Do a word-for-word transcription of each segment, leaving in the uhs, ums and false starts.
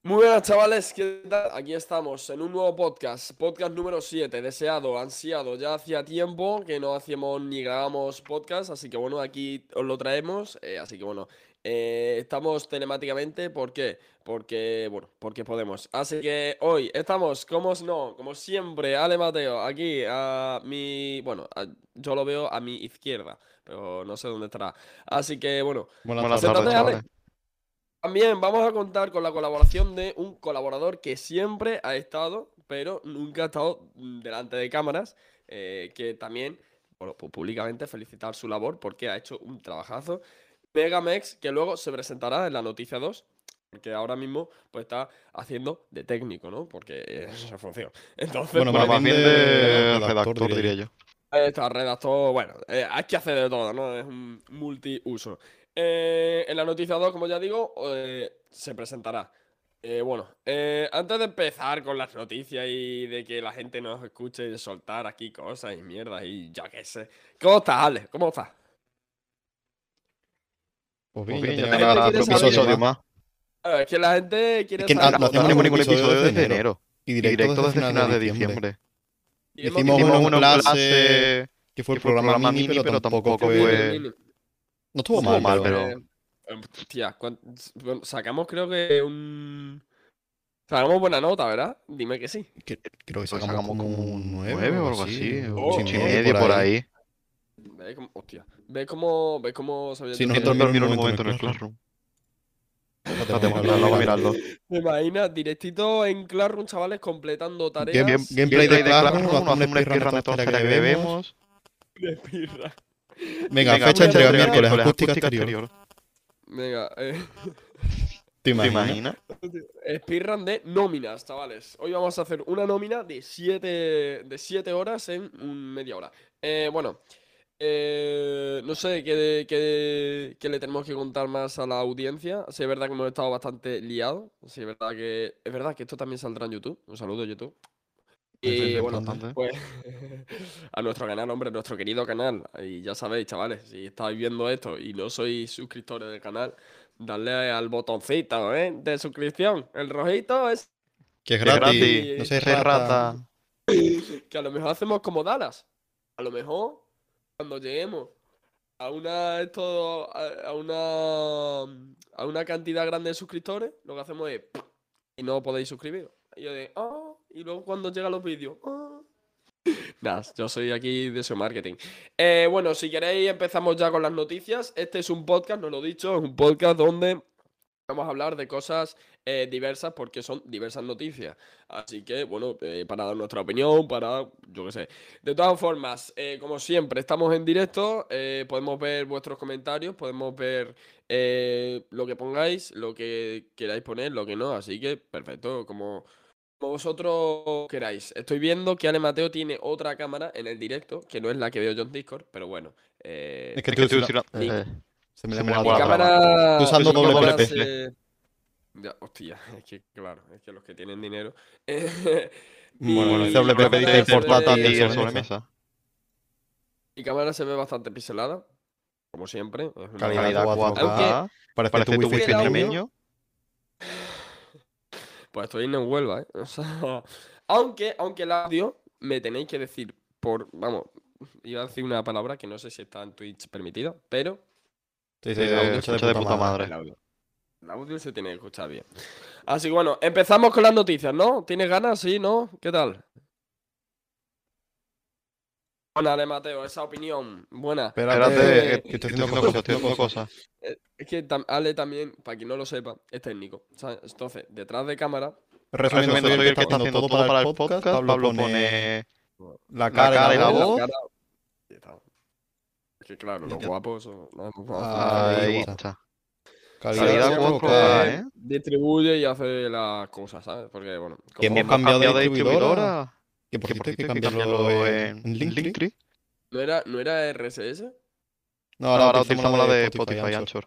Muy buenas, chavales, ¿qué tal? Aquí estamos en un nuevo podcast, podcast número siete, deseado, ansiado. Ya hacía tiempo que no hacíamos ni grabamos podcast, así que bueno, aquí os lo traemos. eh, así que bueno, eh, estamos telemáticamente, ¿por qué? Porque, bueno, porque podemos. Así que hoy estamos, como no, como siempre, Ale Mateo, aquí a mi, bueno, a- yo lo veo a mi izquierda, pero no sé dónde estará. Así que bueno, Buenas Buenas tardes, tardes, preséntate, Ale. chavales. chavales. También vamos a contar con la colaboración de un colaborador que siempre ha estado, pero nunca ha estado mm, delante de cámaras, eh, que también, bueno, pues públicamente felicitar su labor porque ha hecho un trabajazo. Megamex, que luego se presentará en la noticia dos, porque ahora mismo pues está haciendo de técnico, ¿no? Porque eh, es su función. Entonces, Bueno, Bueno, pues, más más bien bien de de redactor, redactor, diría diría yo. yo. está redactor, bueno, eh, hay que hacer de todo, ¿no? Es un multiuso. Eh, en la noticia dos, como ya digo, eh, se presentará. Eh, bueno, eh, antes de empezar con las noticias y de que la gente nos escuche y soltar aquí cosas y mierdas y ya qué sé. ¿Cómo estás, Ale? ¿Cómo estás? Pues Pues bien, ya bien, ya tenía La ganas gente de tenía hacer quiere otro otro saber. episodio episodio más. más. A es que la gente Es quiere que saber no, las no cosas. hacemos No ningún hacemos ningún episodio episodio desde desde enero. enero. Y Y directo directo desde desde finales finales de de diciembre. diciembre. Y hemos Hicimos querido uno Hicimos en uno hacer en clase, clase, que fue que el fue el programa programa mini, mini, pero pero tampoco tampoco mini, fue... fue... mini. No No estuvo estuvo mal, mal, pero... pero... Eh, eh, Hostia, ¿cuán- bueno, sacamos creo que un... Sacamos buena nota, ¿verdad? Dime que sí. que- creo que Creo que sacamos sacamos como como un un nueve o nueve o algo algo así, así, o ocho Oh, y ocho y oh. medio medio por por ahí. ahí. ¿Ves cómo, hostia, ¿ves cómo, ves cómo sabía Sí, yo nosotros Nosotros leer? vimos un vimos en un momento en el momento en el Classroom. Classroom. Espérate, Espérate, vamos a vamos a mirarlo, mirarlo, vamos vamos a a mirarlo. mirarlo. ¿Te imaginas? Directito en Classroom, chavales, completando Game- game- tareas. gameplay de Gameplay de Classroom, nos Classroom, nos hacemos un hacemos un speedrun de speedrun todas de las todas las tareas que tareas que bebemos. bebemos. De pirra. Venga, Venga, fecha Una de entrega fecha de noticia. entrega miércoles, miércoles, acústica acústica exterior. exterior. Venga, eh. ¿Te ¿Te imaginas? imaginas? Speedrun de nóminas, chavales. Hoy vamos a hacer una nómina de siete de siete horas en un media hora. Eh, bueno, eh, no sé qué, qué- qué le tenemos que contar más a la audiencia. Sí, es verdad que hemos estado bastante liados. Sí, es verdad que es verdad que esto también saldrá en YouTube. Un saludo, YouTube. Eso es Y bueno, importante. Importante. pues a nuestro canal, hombre, nuestro querido canal. Y ya sabéis, chavales, si estáis viendo esto y no sois suscriptores del canal, dadle al botoncito, ¿eh? De suscripción. El rojito es Que es Que es gratis, gratis, no y seas no seas rata. rata. que a lo mejor hacemos como Dallas. A lo mejor cuando lleguemos a una esto a, a una a una cantidad grande de suscriptores, lo que hacemos es y no podéis suscribiros. Y yo de, ah, y luego cuando llegan los vídeos, ah. Nada, yo soy aquí de su marketing. Eh, bueno, si queréis empezamos ya con las noticias. Este es un podcast, no lo he dicho, es un podcast donde vamos a hablar de cosas eh, diversas porque son diversas noticias. Así que, bueno, eh, para dar nuestra opinión, para, yo qué sé. De todas formas, eh, como siempre, estamos en directo, eh, podemos ver vuestros comentarios, podemos ver eh, lo que pongáis, lo que queráis poner, lo que no. Así que, perfecto, como... Como vosotros queráis. Estoy viendo que Ale Mateo tiene otra cámara en el directo, que no es la que veo yo en Discord, pero bueno. eh, Es que Es que estoy, estoy estoy- usando... mi, eh, se me se me lengua la lengua mi la traba. traba. Estoy cámara. usando Mi doble cámara P P. se. Ya, hostia, es que claro, es que los que tienen dinero. Bueno, Bueno, mi, el el doble mi P P dice cámara el doble P P dice se el portátil y portátil el y el ve. sobremesa. sobremesa. Mi cámara se ve bastante pixelada, como siempre. Es una Calidad maravilla. Calidad cuatro K. Aunque, cuatro K. Parece tu Parece tu wifi aunque wifi el audio. extremeño. extremeño. Pues estoy en Huelva, ¿eh? O sea, aunque, aunque el audio me tenéis que decir por. Vamos, iba a decir una palabra que no sé si está en Twitch permitida, pero Sí, sí, el se audio escucha se de Escucha de puta puta madre. el madre. audio. El audio se tiene que escuchar bien. Así que bueno, empezamos con las noticias, ¿no? ¿Tienes ganas? Sí, ¿no? ¿Qué tal? Bueno, Ale Mateo, esa opinión buena. Espérate, Espérate, Eh, eh, que estoy que estoy haciendo haciendo cosas, cosas, estoy estoy haciendo haciendo cosas. cosas. eh, es que tam- Ale también, para quien no lo sepa, es técnico, ¿sabes? Entonces, detrás de cámara. Resumiendo, Resumiendo, soy el que está haciendo todo para el podcast. Pablo Pablo pone pone la la cara y la cara y la Pone la voz. voz. cara. Y tal. Es que claro, Y los ya. guapos son- no, no- no hacen nada. Ahí Ahí está. está. Calidad Calidad Calidad cuatro cuatro K, K, ¿eh? ¿eh? Distribuye y hace las cosas, ¿sabes? Porque, bueno, Que como hemos cambiado de Cambiado de distribuidora. distribuidora. Que por Que cierto por hay que cierto hay que cambiarlo cambiarlo en, en en Linktree. Linktree. ¿No era, no era R S S? No, No, ahora ahora utilizamos utilizamos la la de de Spotify, Spotify, Anchor. Anchor.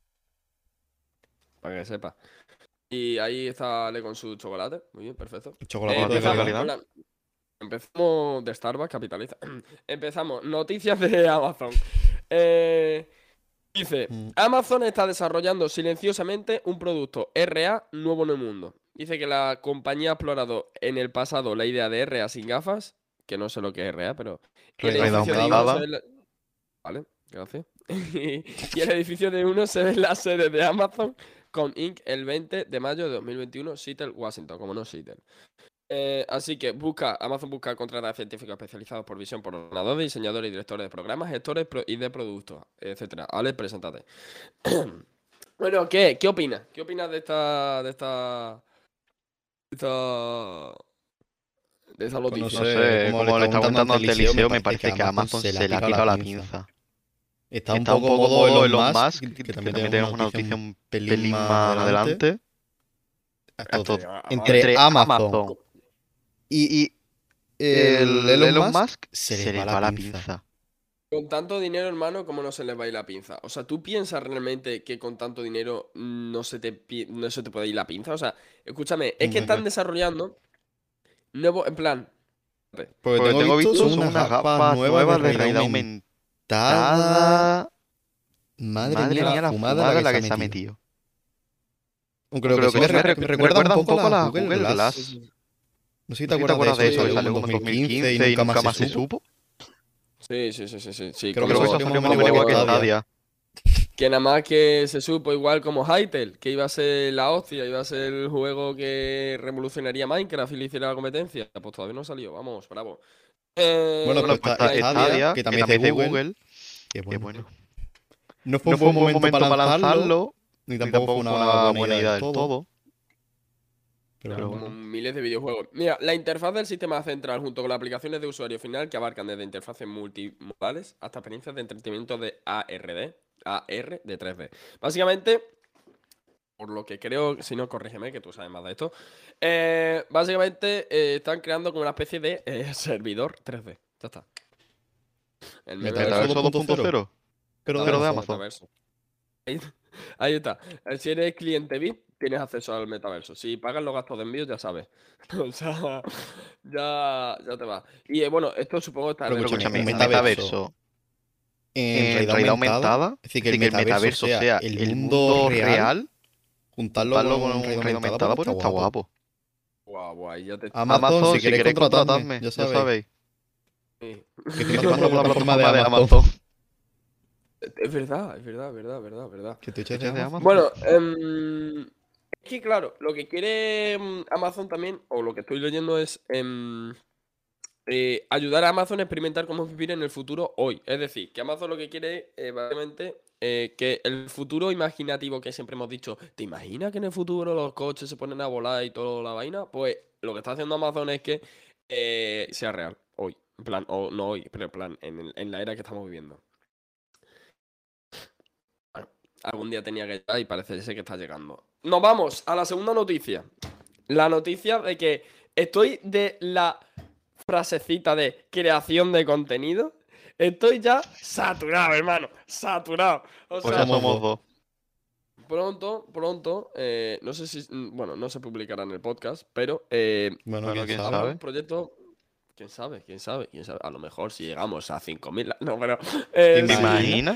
Para que sepa. Y ahí está Ale con su chocolate. Muy bien, perfecto. Eh, Chocolatito de empezamos calidad. con la- Empezamos de Starbucks, capitaliza. Empezamos. Noticias de Amazon. Eh, dice: Mm. Amazon está desarrollando silenciosamente un producto R A nuevo en el mundo. Dice que la compañía ha explorado en el pasado la idea de R A sin gafas, que no sé lo que es R A, pero... Y el Realidad edificio de uno aumentada. se ve la- Vale, gracias. Y el edificio de uno se ve la sede de Amazon con Inc el veinte de mayo de dos mil veintiuno, Seattle, Washington, como no Seattle. Eh, así que busca, Amazon busca contratar a científicos especializados por visión por ordenador, diseñadores y directores de programas, gestores pro- y de productos, etcétera. Ale, preséntate. Bueno, ¿qué? ¿Qué opinas? ¿Qué opinas de esta, de esta, de esta, de esta Pues no noticia? No sé, sé, como le como le está está comentando comentando ante ante Eliseo, me Eliseo, me parece parece que que a Amazon Amazon se le ha se le ha picado la picado la pinza. pinza. Está un Está un poco poco modo modo Elon Elon Musk, Musk, que, que que también también tenemos tenemos una una noticia noticia un un pelín pelín más más adelante. adelante. Esto, Este, a- a- entre Entre Amazon Amazon y y el el Elon Elon Musk Musk se les se va les la va la pinza. pinza. Con tanto dinero, hermano, ¿cómo no se les va a ir la pinza? O sea, ¿tú piensas realmente que con tanto dinero no se te, pi- no se te puede ir la pinza? O sea, escúchame, es que están Hombre, desarrollando nuevos, en plan, espérate, porque Porque tengo tengo visto, visto, son son unas unas gafas gafas nuevas de nuevas de realidad realidad aumentada. aumentada. Madre mía, Madre la mía, la fumada la fumada que en la se ha que se ha metido. metido. Aunque lo Aunque que lo sí que me, sí me, re- re- me me recuerda un recuerda un poco a poco a la la Google Google Glass. sí, sí, Glass. No sé si No te sé si te acuerdas de acuerdas eso, de que eso, que salió salió como en como en dos mil quince y dos mil quince y nunca más nunca se más se supo. supo. sí, sí, sí, sí, sí, sí, Creo que Creo eso que eso salió salió más o más o menos menos igual igual que que Stadia. Stadia. que nada más que se supo igual como Hytale, que iba a ser la hostia, iba a ser el juego que revolucionaría Minecraft y le hiciera la competencia. Pues todavía no salió, vamos, bravo. Bueno, Eh, Bueno, pues pues está la está Stadia, industria, Stadia, que que también es de también es de Google, Google. que Que bueno. bueno, No fue no un fue buen un buen momento para momento para lanzarlo, lanzarlo, ni ni tampoco fue tampoco fue una una buena buena idea del idea del todo. todo. Pero Pero bueno. como bueno. miles de videojuegos. Mira, la interfaz del sistema central junto con las aplicaciones de usuario final que abarcan desde interfaces multimodales hasta experiencias de entretenimiento de A R D, A R de tres D. Básicamente, por lo que creo, si no, corrígeme, que tú sabes más de esto. eh, básicamente eh, están creando como una especie de eh, servidor tres D. Ya está. El meme del Metaverso Metaverso servidor. dos punto cero, dos punto cero, pero de pero de Metaverso, Amazon. Amazon. metaverso. Ahí, ahí está. Eh, Si eres cliente V I P, tienes acceso al metaverso. Si pagas los gastos de envío, ya sabes. O sea, ya, ya te va. Y eh, bueno, esto supongo que está Pero de Pero escúchame, momento un escúchame, un desarrollo. metaverso metaverso en en realidad realidad aumentada, aumentada, es decir, es que el decir, que el metaverso metaverso sea sea el el mundo mundo real, real, juntarlo juntarlo con con realidad realidad aumentada, pues aumentada, pues está está guapo. guapo. Guau, guau, ya te. Amazon, si Amazon, si queréis queréis contratarme, contratarme, ya ya sabéis. sabéis. Sí. Que estoy Que estoy pasando pasando por la por la plataforma de plataforma de Amazon. Amazon. Es verdad, es verdad, es verdad, es verdad, es verdad. Que Twitch ¿Qué es de es de Amazon. Amazon? Bueno, em, es que claro, lo que quiere em, Amazon también, o lo que estoy leyendo es em, eh, ayudar a Amazon a experimentar cómo vivir en el futuro hoy. Es decir, que Amazon lo que quiere es eh, básicamente eh, que el futuro imaginativo que siempre hemos dicho, ¿te imaginas que en el futuro los coches se ponen a volar y toda la vaina? Pues lo que está haciendo Amazon es que eh, sea real hoy. En plan, o no hoy, pero en plan, en, el- en la era que estamos viviendo. Bueno, algún día tenía que llegar y parece ser que está llegando. Nos vamos a la segunda noticia. La noticia de que estoy de la frasecita de creación de contenido. Estoy ya saturado, hermano. Saturado. O Pues sea, ya somos dos. pronto, pronto, eh, no sé si, mm, bueno, no se publicará en el podcast, pero eh, Bueno, Bueno, quién quién sabe. habrá un sabe. proyecto, quién sabe, quién sabe, quién sabe. A lo mejor si llegamos a cinco mil, no, pero ¿Te eh, ¿Te si, imaginas?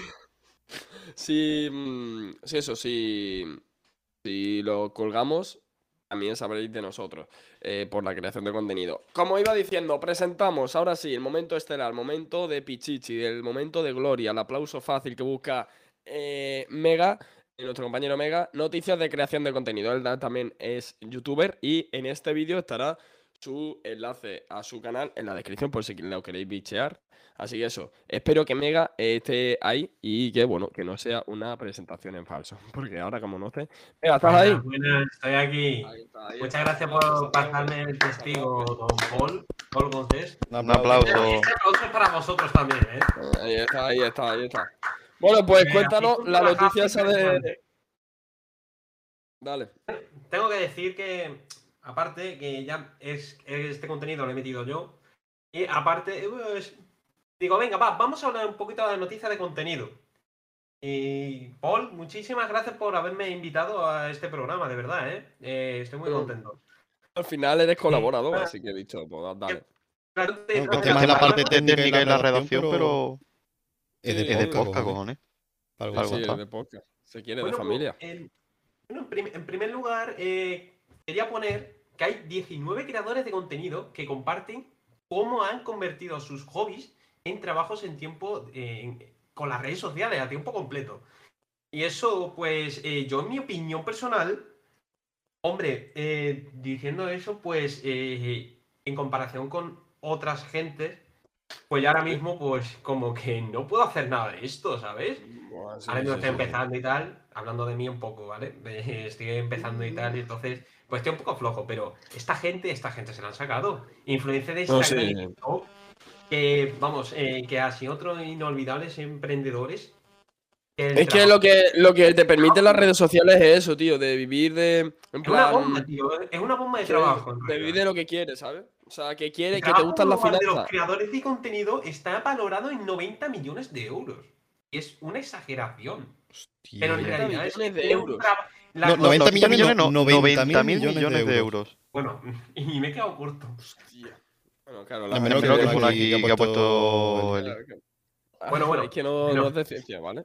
si, mm, si eso, si, si lo colgamos, también sabréis de nosotros eh, por la creación de contenido. Como iba diciendo, presentamos ahora sí el momento estelar, el momento de Pichichi, el momento de gloria, el aplauso fácil que busca eh, Mega, eh, nuestro compañero Mega, noticias de creación de contenido. Él da- también es youtuber y en este vídeo estará su enlace a su canal en la descripción por si lo queréis bichear. Así que eso, espero que Mega eh, esté ahí y que, bueno, que no sea una presentación en falso. Porque ahora, como no esté... Mega, ¿estás ahí? Buenas, buenas, estoy aquí. Ahí está, ahí Muchas está. gracias Bueno, pues por aplausos, pasarme el testigo, aplausos. don Paul, Paul Gonzés. Un Un aplauso. aplauso. Este aplauso es para vosotros también, ¿eh? Ahí está, ahí está, ahí está. Bueno, pues Eh, cuéntanos así la una noticia gafas esa de... impresionante. Dale. Tengo que decir que, aparte, que ya es, este contenido lo he metido yo. Y aparte, pues, digo, venga, va, vamos a hablar un poquito de la noticia de contenido. Y Paul, muchísimas gracias por haberme invitado a este programa, de verdad, ¿eh? Eh, estoy muy Bueno, contento. Al final eres colaborador, Ah, así que he dicho, pues dale. Claro, te- Bueno, que Aunque hace más hace la más la parte parte técnica y técnica y la la redacción, redacción, pero pero es de Sí, es de podcast, podcast, cojones. cojones. Para algo Sí, Algo sí, está. de podcast. Se quiere, de Bueno, pues, familia. en, bueno, en prim- en primer lugar, eh, quería poner que hay diecinueve creadores de contenido que comparten cómo han convertido sus hobbies en trabajos en tiempo, eh, en- con las redes sociales, a tiempo completo. Y eso, pues, eh, yo en mi opinión personal, hombre, eh, diciendo eso, pues, eh, en comparación con otras gentes, pues yo ahora mismo, pues, como que no puedo hacer nada de esto, ¿sabes? Buah, sí, Ahora mismo sí, estoy sí, sí. empezando y tal, hablando de mí un poco, ¿vale? De- Estoy empezando y tal, y entonces, pues estoy un poco flojo, pero esta gente, esta gente se la han sacado. Influencia de No, Instagram y sí. TikTok, que, vamos, eh, que así otros inolvidables emprendedores, que el Es que trabajo lo que lo que te permiten las redes sociales es eso, tío, de vivir de. En es una bomba, plan. tío, es una bomba de Que eso, trabajo, en de vivir realidad. de lo que quieres, ¿sabes? O sea, que El quiere, que te trabajo gustan las global de los finanzas. creadores de contenido está valorado en noventa millones de euros. Y es una exageración. Pero en Hostia. noventa realidad es que millones de tiene un euros. trabajo. No, No, noventa noventa millones, no, millones no, noventa mil noventa mil millones de millones de euros. euros. Bueno, y me he quedado corto. Hostia. Bueno, claro, Al la menos gente que Menos que de- pone pone aquí aquí que que ha puesto el- el... Claro que- Ah, Bueno, bueno, es que no, bueno. no es de ciencia, ¿vale?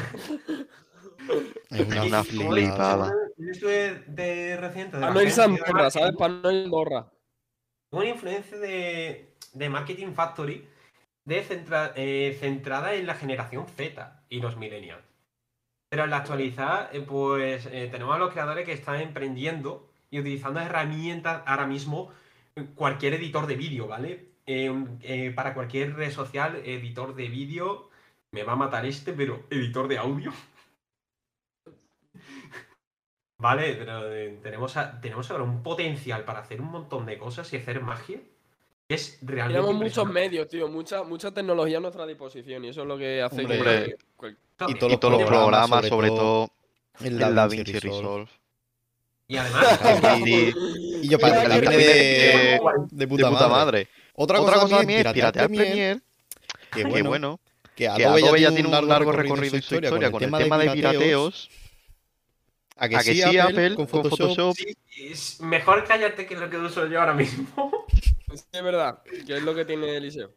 Es una Una Según flipada. el estudio de reciente de Para la no irse a agencia de Andorra, ¿sabes? marketing, Para no ir a Andorra. una influencia de, de Marketing Factory de centra- eh, centrada en la generación Z y los millennials. Pero en la actualidad, eh, pues eh, tenemos a los creadores que están emprendiendo y utilizando herramientas ahora mismo, eh, cualquier editor de vídeo, ¿vale? Eh, un- eh, para cualquier red social, editor de vídeo, me va a matar este, pero editor de audio. Vale, pero eh, tenemos, a- tenemos ahora un potencial para hacer un montón de cosas y hacer magia. Que es realmente Tenemos muchos impresionante. medios, tío, mucha, mucha tecnología a nuestra disposición y eso es lo que hace Hombre, que. cual- Y Y todos los todos los programas, programas, sobre sobre todo el el DaVinci DaVinci Resolve. Resolve. Y además, DaVinci, Y yo, para Mira, que que viene viene- de, de, de de puta puta madre. madre. Otra, Otra cosa cosa también es piratear Premiere, Premiere, que que bueno, bueno, que que Adobe, Adobe ya tiene un largo recorrido recorrido en su historia con el tema, tema de de pirateos. pirateos. A que, A que sí, sí, Apple, Apple, con con Photoshop. Photoshop. sí, es mejor cállate que lo que uso yo ahora mismo. Sí, es verdad, que es lo que tiene Eliseo.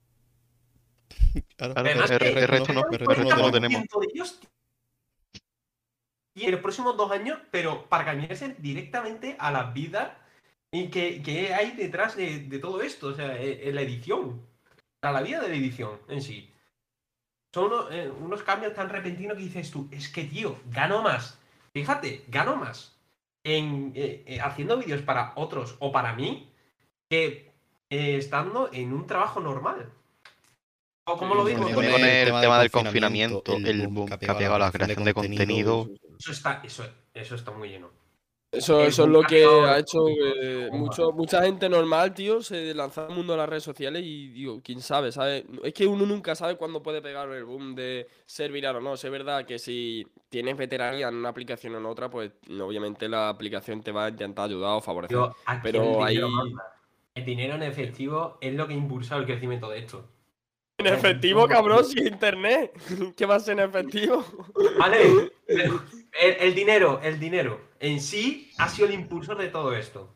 Claro, Claro, Además, el, que el resto no, el el resto resto no no lo tenemos. ciento de ellos y en los próximos dos años, pero para cambiarse directamente a la vida y que, que hay detrás de, de todo esto, o sea, en, en la edición, para la vida de la edición en sí. Son unos, eh, unos cambios tan repentinos que dices tú, es que tío, gano más. Fíjate, gano más en eh, eh, haciendo vídeos para otros o para mí que eh, estando en un trabajo normal. ¿O cómo Sí, lo sí, digo? sí. Con Con el, el tema del confinamiento, el boom que ha pegado a la creación de contenido. Eso está, eso, eso está muy lleno. Eso, El eso es lo boom que cambiado ha de hecho público, que bomba. mucho, mucha gente normal, tío, se lanza al mundo de las redes sociales y digo, quién sabe, ¿sabes? Es que uno nunca sabe cuándo puede pegar el boom de ser viral o no. Es verdad que si tienes veteranía en una aplicación o en otra, pues obviamente la aplicación te va a intentar ayudar o favorecer. Yo, aquí Pero el dinero ahí- manda. El dinero en efectivo es lo que ha impulsado el crecimiento de esto. En efectivo, cabrón, si es internet. ¿Qué va a ser en efectivo? Vale, el, el dinero, el dinero en sí ha sido el impulsor de todo esto.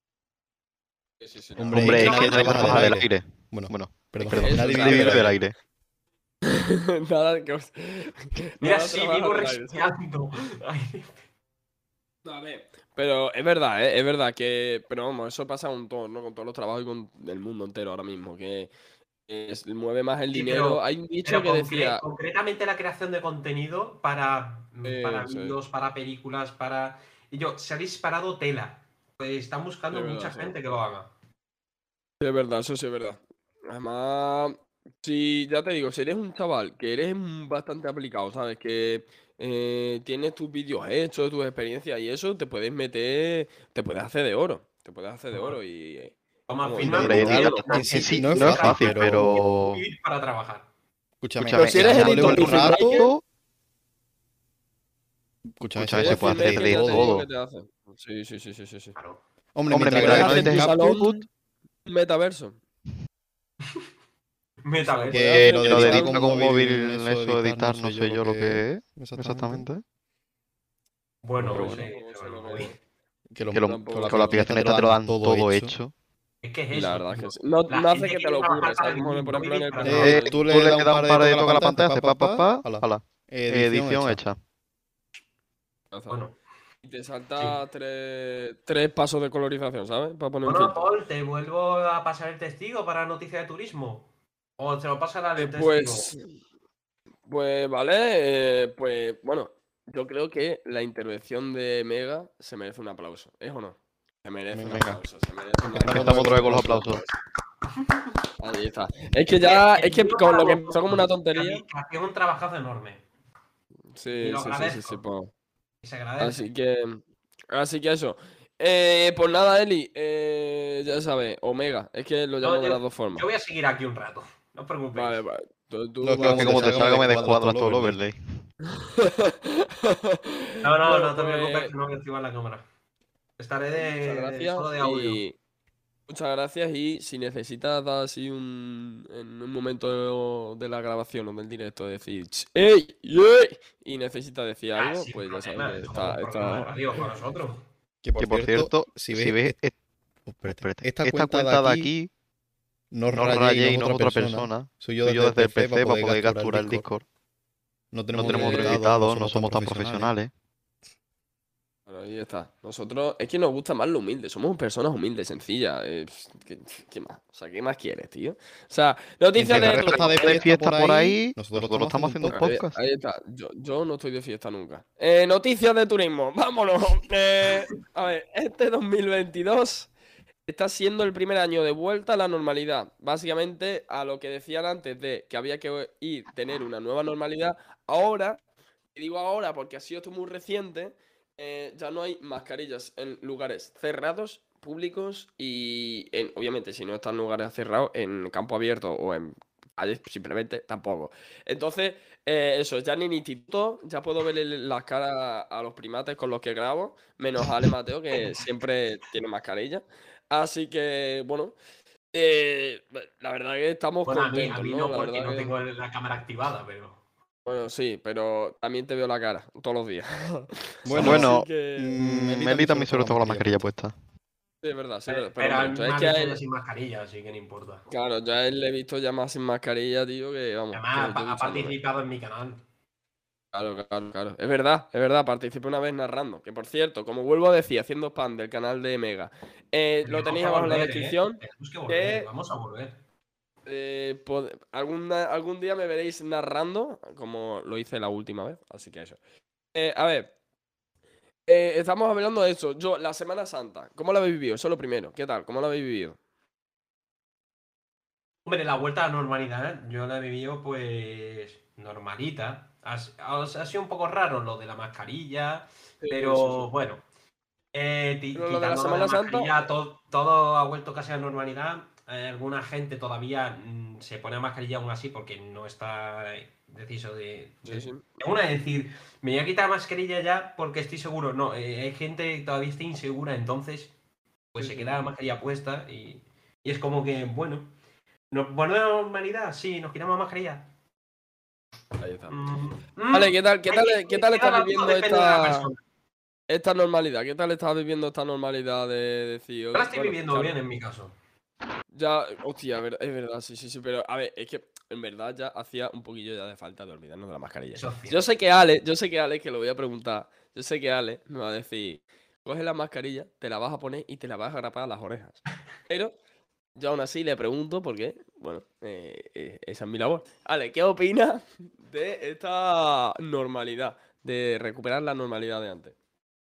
Sí, sí, sí, Hombre, Hombre, que es nadie que nadie trabaja trabaja del del aire. aire. Bueno, Bueno, perdón, perdón, Eso, nadie nadie nadie vive vive del del aire. aire. Nada, que... Mira, nada sí, trabaja vivo del aire, ¿sabes? respirando. Ay, A ver, pero es verdad, ¿eh? Es verdad que. Pero vamos, eso pasa un todo, ¿no? Con todos los trabajos y con el mundo entero ahora mismo. Que es- mueve más el Sí, dinero. pero- Hay un dicho Pero que concre- decía. concretamente la creación de contenido para, Eh, para sí. vídeos, para películas, para... Y yo, se ha disparado tela. Pues están buscando Sí, verdad, mucha sí. gente que lo haga. Sí, es verdad, eso sí es verdad. Además, si ya te digo, si eres un chaval que eres mm, bastante aplicado, ¿sabes? Que eh, tienes tus vídeos hechos, tus experiencias y eso, te puedes meter, te puedes hacer de oro. Te puedes hacer de oro y. eh, Vamos a Vamos, firmar Hombre, y un tío, contrato. en sí, en sí no es no es fácil, fácil, pero- pero... Vivir para trabajar. Escúchame, Escúchame, si eres dándole editor un y filmmaker, rato. Escúchame, Escúchame, se se puede puede hacer hacer de ya te digo todo. que te hace. Sí, sí, sí, sí, sí, sí. Claro. Hombre, Hombre, mientras mientras grabes Puedes no en hacer tengas tu CapCut, salón metaverso. Metaverso. que lo de Lo de editar editar con con móvil, móvil, eso de editar, no sé yo lo que es exactamente. Bueno, Pero no bueno. sé, No sé pero lo no que- sé. que, lo- Que, lo- tampoco- que la aplicación esta te lo dan todo hecho. Es que es Y eso. la verdad es tío. que sí. No, La no hace gente que te quiere lo trabajar ocurra, para ¿sabes? Como vivir, por no ejemplo en el vivir para personal. Eh, trabajar. tú le tú le das un das par un de par de toques a toques la a la pantalla, pantalla, hace pa, pa, pa, ala. ala. Edición, Edición hecha. hecha. Bueno, y te salta tres, tres pasos de colorización, ¿sabes? Para poner un Bueno, filtro. Paul, te vuelvo a pasar el testigo para noticia de turismo. O se lo pasa la Eh, del testigo. pues, pues vale, eh, pues bueno, yo creo que la intervención de Mega se merece un aplauso, ¿es o no? Se merece un Venga. aplauso, se merece un Empezamos otra vez con los aplausos. Ahí está. Es que ya, El es que testigo con para lo que empezó como una vosotros, que tontería. hacéis- que hacéis un trabajazo enorme. Y Sí, lo sí, sí, sí, agradezco. sí, pues. Y se agradece. Así que, así que eso. Eh, pues nada, Eli, eh, ya sabes, Omega, es que lo No, llamo de yo, las dos formas. yo voy a seguir aquí un rato. No os preocupéis. Vale, vale. Tú, tú No, es que vas Es que como te salga me descuadras todo el overlay. No, no, Bueno, no te pues, preocupes que no voy a activar la cámara. Estaré muchas de, gracias solo de audio. y muchas gracias y si necesitas dar así un en un momento de la grabación o del directo decir "Ch, ey, ey", y necesitas decir Ah, algo, sin pues ya sabes problema, que es como está, un programa de está... radio para nosotros. Que Que por cierto, si si ves, ves est- est- oh, espérate, espérate, esta, esta cuenta, de aquí, no os no rayéis, rayéis, no no es es otra otra persona. persona. Soy yo Soy desde, yo desde el P C para poder capturar el Discord. Discord. No tenemos, No tenemos otro editado, editado, no somos tan profesionales. Bueno, ahí está. Nosotros, es que nos gusta más lo humilde. Somos personas humildes, sencillas. eh, ¿qué, qué más? O sea, ¿qué más quieres, tío? O sea, noticias Mientras de el resto está turismo. de de fiesta, fiesta por ahí, nosotros estamos haciendo un Ahí, podcast. ahí está. Yo, yo no estoy de fiesta nunca. Eh, noticias de turismo. Vámonos. Eh, a ver, este dos mil veintidós está siendo el primer año de vuelta a la normalidad. Básicamente, a lo que decían antes de que había que ir, tener una nueva normalidad. Ahora, y digo ahora porque ha sido esto muy reciente, eh, ya no hay mascarillas en lugares cerrados, públicos y, en, obviamente, si no están en lugares cerrados, en campo abierto o en calles, simplemente tampoco. Entonces, eh, eso, ya ni en instituto, ya puedo verle las caras a los primates con los que grabo, menos a Ale Mateo, que siempre tiene mascarilla. Así que, bueno, eh, la verdad que estamos Bueno, a mí, a contentos, mí ¿no? no, La porque verdad no que... tengo la cámara activada, pero. Bueno, sí, pero también te veo la cara todos los días. Bueno, Bueno, Así que... mm, Meli Meli también sobre sobre todo con la mascarilla puesta. Sí, es verdad, sí, es Pero, verdad. Pero, pero hombre, me es ha que a visto ya él... sin mascarilla, así que no importa. Claro, ya a él le he visto ya más sin mascarilla, tío, que vamos, Además, que ha, yo pa- ha duchándome. participado en mi canal. Claro, claro, claro. Es verdad, es verdad, participé una vez narrando. Que por cierto, como vuelvo a decir, haciendo spam del canal de Mega, eh, lo Tenemos tenéis que abajo en la volver, ¿eh? descripción. Tenemos que volver, Que vamos a volver. eh, pod- algún, algún día me veréis narrando, como lo hice la última vez, así que eso. Eh, a ver, eh, estamos hablando de eso. Yo, la Semana Santa, ¿cómo la habéis vivido? Eso es lo primero. ¿Qué tal? ¿Cómo la habéis vivido? Hombre, la vuelta a la normalidad, yo la he vivido pues normalita. Ha, ha- ha sido un poco raro lo de la mascarilla, Sí, pero sí, sí. bueno, eh, ti- Pero lo de la quitando lo de Semana la Santa, mascarilla, todo, todo ha vuelto casi a la normalidad. Eh, alguna gente todavía mm, se pone mascarilla aún así porque no está deciso de, sí, de- sí. de una es decir, me voy a quitar la mascarilla ya porque estoy seguro. No, eh, hay gente que todavía está insegura, entonces pues Sí, se sí. queda la mascarilla puesta y, y es como que, bueno, ¿nos volvemos a la normalidad? Sí, nos quitamos la mascarilla. Ahí está. Mm, Vale, ¿qué tal, qué mm, tal, ahí- qué tal ahí estás la duda, viviendo depende de la esta, persona. esta normalidad? ¿Qué tal estás viviendo esta normalidad de decir, Yo la estoy bueno, viviendo claro, bien en mi caso. ya, hostia, ver- es verdad, sí, sí, sí, pero a ver, es que en verdad ya hacía un poquillo ya de falta de olvidarnos de la mascarilla. Eso es cierto. Yo sé que Ale, yo sé que Ale, que lo voy a preguntar, yo sé que Ale me va a decir, coge la mascarilla, te la vas a poner y te la vas a grapar a las orejas. Pero yo aún así le pregunto porque, bueno, eh, eh, esa es mi labor. Ale, ¿qué opinas de esta normalidad? De recuperar la normalidad de antes.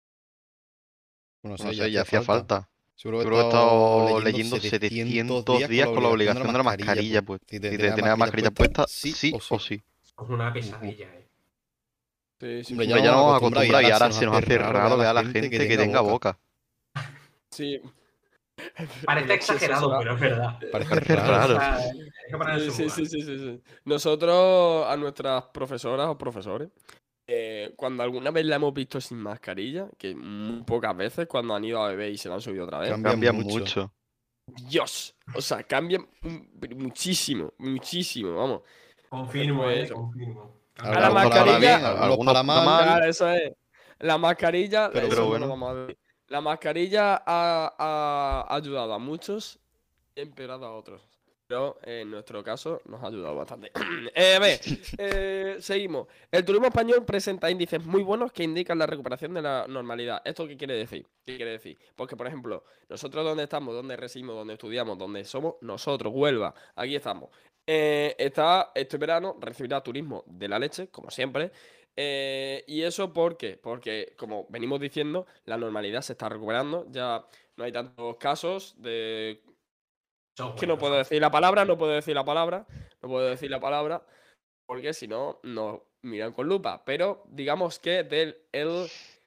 Bueno, No sé, ya hacía falta. Seguro Seguro que he estado leyendo setecientos días con la obligación de la mascarilla, pues. Si te tener la mascarilla puesta, sí o sí. Es una pesadilla, eh. Sí, sí, Hombre, sí. Hombre, ya nos hemos acostumbrado y ahora se nos hace raro ver a la gente que tenga boca. Sí. Parece Sí, exagerado, eso pero es verdad. Parece raro. O sea, hay que poner en Sí, su sí, lugar. sí, sí, sí, sí. Nosotros, a nuestras profesoras o profesores, eh, cuando alguna vez la hemos visto sin mascarilla, que muy pocas veces, cuando han ido a beber y se la han subido otra vez, Cambia Cambia mucho. mucho. Dios, o sea, cambian mm, muchísimo, muchísimo, vamos. Confirmo, Pues eh, eso. confirmo. A la Algunos para mascarilla- bien, algunos algunos para para mal. mal. Claro, eso es. La mascarilla, Pero eso no bueno. lo vamos a decir. La mascarilla ha, ha ayudado a muchos y ha empeorado a otros. pero en nuestro caso nos ha ayudado bastante. eh, a ver, eh, seguimos. El turismo español presenta índices muy buenos que indican la recuperación de la normalidad. ¿Esto qué quiere decir? ¿Qué quiere decir? Porque, por ejemplo, nosotros donde estamos, donde residimos, donde estudiamos, donde somos, nosotros, Huelva, aquí estamos. Eh, está, este verano recibirá turismo de la leche, como siempre. Eh, ¿Y eso por qué? Porque, como venimos diciendo, la normalidad se está recuperando. Ya no hay tantos casos de... Software, que no puedo decir la palabra, no puedo decir la palabra, no puedo decir la palabra, porque si no, nos miran con lupa. Pero digamos que del el,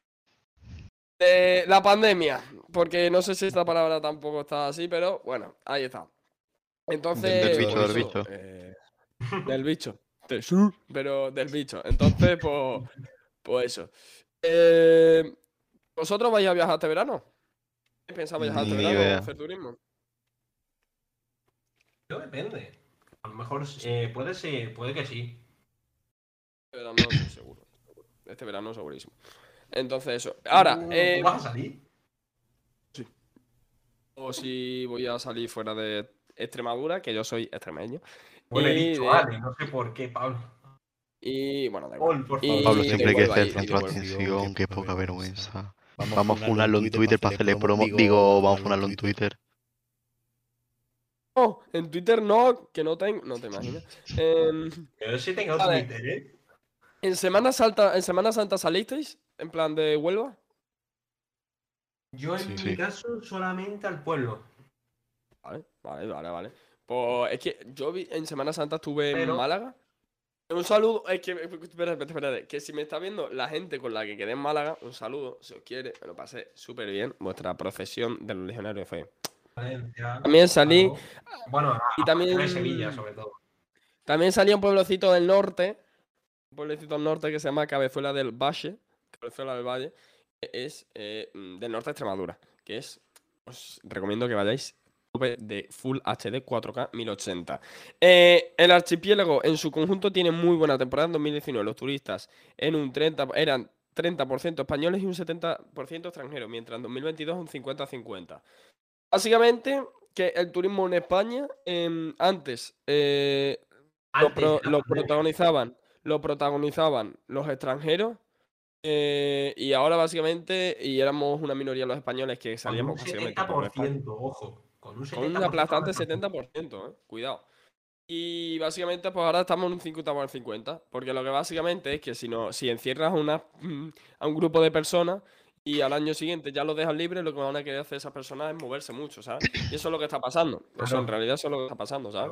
de la pandemia, porque no sé si esta palabra tampoco está así, pero bueno, ahí está. Entonces, Del bicho, por del eso, bicho. eh, del bicho, de su, pero del bicho. Entonces, pues, pues eso. Eh, ¿Vosotros vais a viajar este verano? ¿Pensáis viajar este Ni verano idea. a hacer turismo? Yo depende. A lo mejor eh, puede ser, puede que sí. Este verano sí, seguro, seguro. Este verano segurísimo. Entonces eso. Ahora, ¿Tú, eh, ¿tú vas a salir? o si voy a salir fuera de Extremadura, que yo soy extremeño. Bueno, he y dicho, de- vale, no sé por qué, Pablo. Y bueno, da igual. Paul, por Y favor. Pablo de siempre quiere Huelva, ser el y- y de centro de Huelva. atención, qué poca vergüenza. Vamos, Vamos a funarlo en Twitter para hacerle promo. Digo, vamos a funarlo en Twitter. No, en Twitter no, que no tengo. No te imaginas. Em, Pero sí tengo Vale. Twitter, ¿eh? ¿en Semana Santa, en Semana Santa salisteis? En plan de Huelva. Yo en Sí. mi Sí. caso solamente al pueblo. Vale, vale, vale, vale. Pues es que yo vi, en Semana Santa estuve en Pero- Málaga. Un saludo, es que, espérate, espérate, que si me está viendo la gente con la que quedé en Málaga, un saludo, si os quiere, me lo pasé súper bien, vuestra procesión de los legionarios fue. Valencia, También salí, claro. Bueno, a- y a también, de Sevilla, sobre todo. también salí a un pueblecito del norte, un pueblecito del norte que se llama Cabezuela del Valle, Cabezuela del Valle, que es eh, mm, del norte de Extremadura, que es, os recomiendo que vayáis de Full H D cuatro K mil ochenta. Eh, el archipiélago en su conjunto tiene muy buena temporada en dos mil diecinueve. Los turistas en un treinta, eran treinta por ciento españoles y un setenta por ciento extranjeros, mientras en dos mil veintidós un cincuenta a cincuenta. Básicamente, que el turismo en España em, antes, eh, lo, Antes pro- de la lo pandemia. protagonizaban, lo protagonizaban los extranjeros. eh, y ahora básicamente, y éramos una minoría los españoles que Con salíamos un básicamente setenta por por España. ciento, ojo. Con un Con setenta un por ciento. aplastante setenta por ciento, ¿eh? Cuidado. Y básicamente, pues ahora estamos en un cincuenta por cincuenta. Porque lo que básicamente es que si no, si encierras una, a un grupo de personas y al año siguiente ya los dejas libres, lo que van a querer hacer esas personas es moverse mucho, ¿sabes? Y eso es lo que está pasando. Eso Claro. en realidad eso es lo que está pasando, ¿sabes?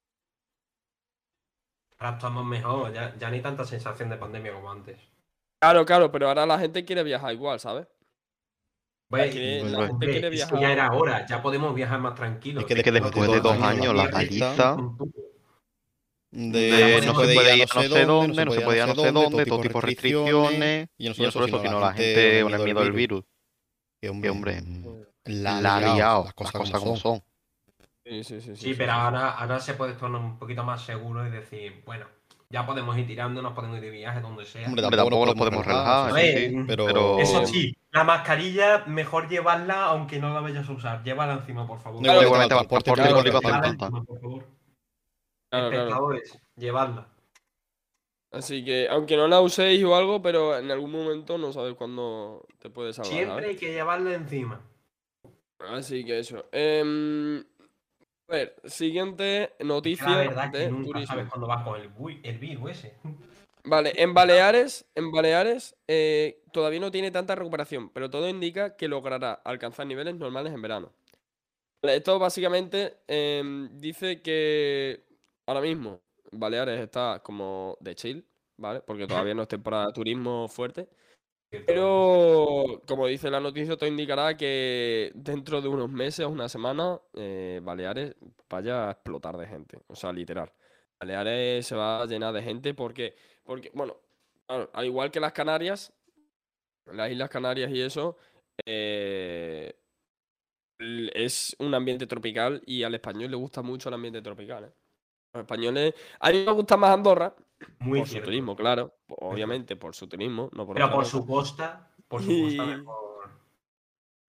Ahora estamos mejor, ya, ya ni tanta sensación de pandemia como antes. Claro, claro, pero ahora la gente quiere viajar igual, ¿sabes? Pues, que la gente hombre, quiere es que viajar. ya era hora, ya podemos viajar más tranquilos. Es que Es que después de dos años, la paliza De, de no no se se puede puede ir ir a no sé dónde, no se puede ir a no sé dónde, todo tipo de restricciones. Y no Y no solo solo eso, sino la la gente con el miedo del virus. virus. Que Que hombre, hombre, la, la ha liado, las las cosas como son. Sí, sí, sí. Sí, pero ahora, ahora se puede estar un poquito más seguro y decir, bueno, ya podemos ir tirando, nos podemos ir de viaje donde sea. Hombre, Hombre, tampoco nos podemos relajar, A eso ver, sí, pero, pero... Eso sí, la mascarilla mejor llevarla aunque no la vayas a usar. Llévala encima, por favor. No, igual, igualmente, el transporte transporte público público hace hace Llévala falta. encima, por favor. Claro, claro. Espectadores, llevadla. Así que, aunque no la uséis o algo, pero en algún momento no sabes cuándo te puede salvar, Siempre ¿sabes? hay que llevarla encima. Así que eso. Em, a ver, siguiente Es que noticia la verdad es que de nunca turismo. sabes cuándo vas con el, bui- el virus ese. Vale, en Baleares, en Baleares eh, todavía no tiene tanta recuperación, pero todo indica que logrará alcanzar niveles normales en verano. Vale, esto básicamente em, dice que ahora mismo Baleares está como de chill, ¿vale? Porque todavía no es temporada de turismo fuerte. Pero, como dice la noticia, todo indicará que dentro de unos meses o una semana, eh, Baleares vaya a explotar de gente. O sea, literal. Baleares se va a llenar de gente porque, porque bueno, claro, al igual que las Canarias, las Islas Canarias y eso, eh, l- es un ambiente tropical y al español le gusta mucho el ambiente tropical, ¿eh? Los españoles, a mí me gusta más Andorra, Muy por su cierto. turismo, claro. Obviamente, por su turismo, no por Pero otra por cosa. su costa, por su costa Y- mejor.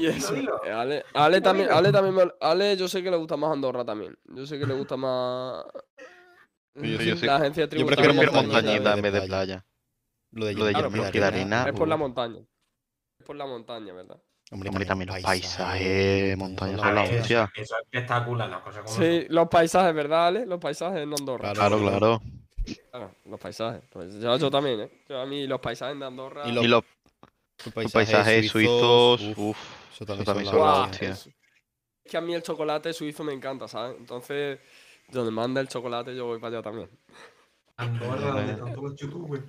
Y eso, Ale, Ale también, Ale también, me, Ale yo sé que le gusta más Andorra también. Yo sé que le gusta más yo, yo la agencia tributaria. Yo prefiero montañita en vez de playa. Lo de Lo de claro, Yermo porque de arena. es por la montaña. Es por la montaña, ¿verdad? Hombre, Hombre, también los paisajes, montañas A son la ver, eso, hostia. eso es espectacular, las cosas como Sí, son. los paisajes, ¿verdad, Ale? Los paisajes en Andorra. Claro, claro. Claro, los paisajes. Pues yo, yo también, ¿eh? Yo a mí los paisajes de Andorra. Y Y los paisajes, paisajes suizos, suizos, uff, uff, eso también, eso también son son la Guau, hostia. es, es que a mí el chocolate suizo me encanta, ¿sabes? Entonces, donde manda el chocolate, yo voy para allá también. Andorra, donde están todos los youtubers.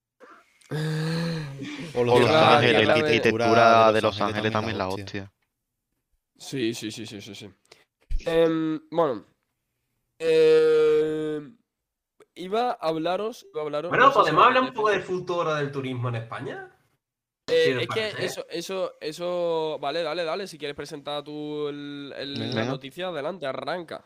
O Los Tierra- Ángeles, la tierra de- arquitectura de Los Ángeles también la hostia. Sí, sí, sí, sí, sí, sí. Em, bueno. eh, iba a hablaros. Iba a hablaros Bueno, no sé si ¿podemos os hablar un apetece. poco del futuro del turismo en España? Eh, Sí, os es que parece. eso, eso, eso. Vale, dale, dale. Si quieres presentar tú el- el- la Venga. noticia, adelante, arranca.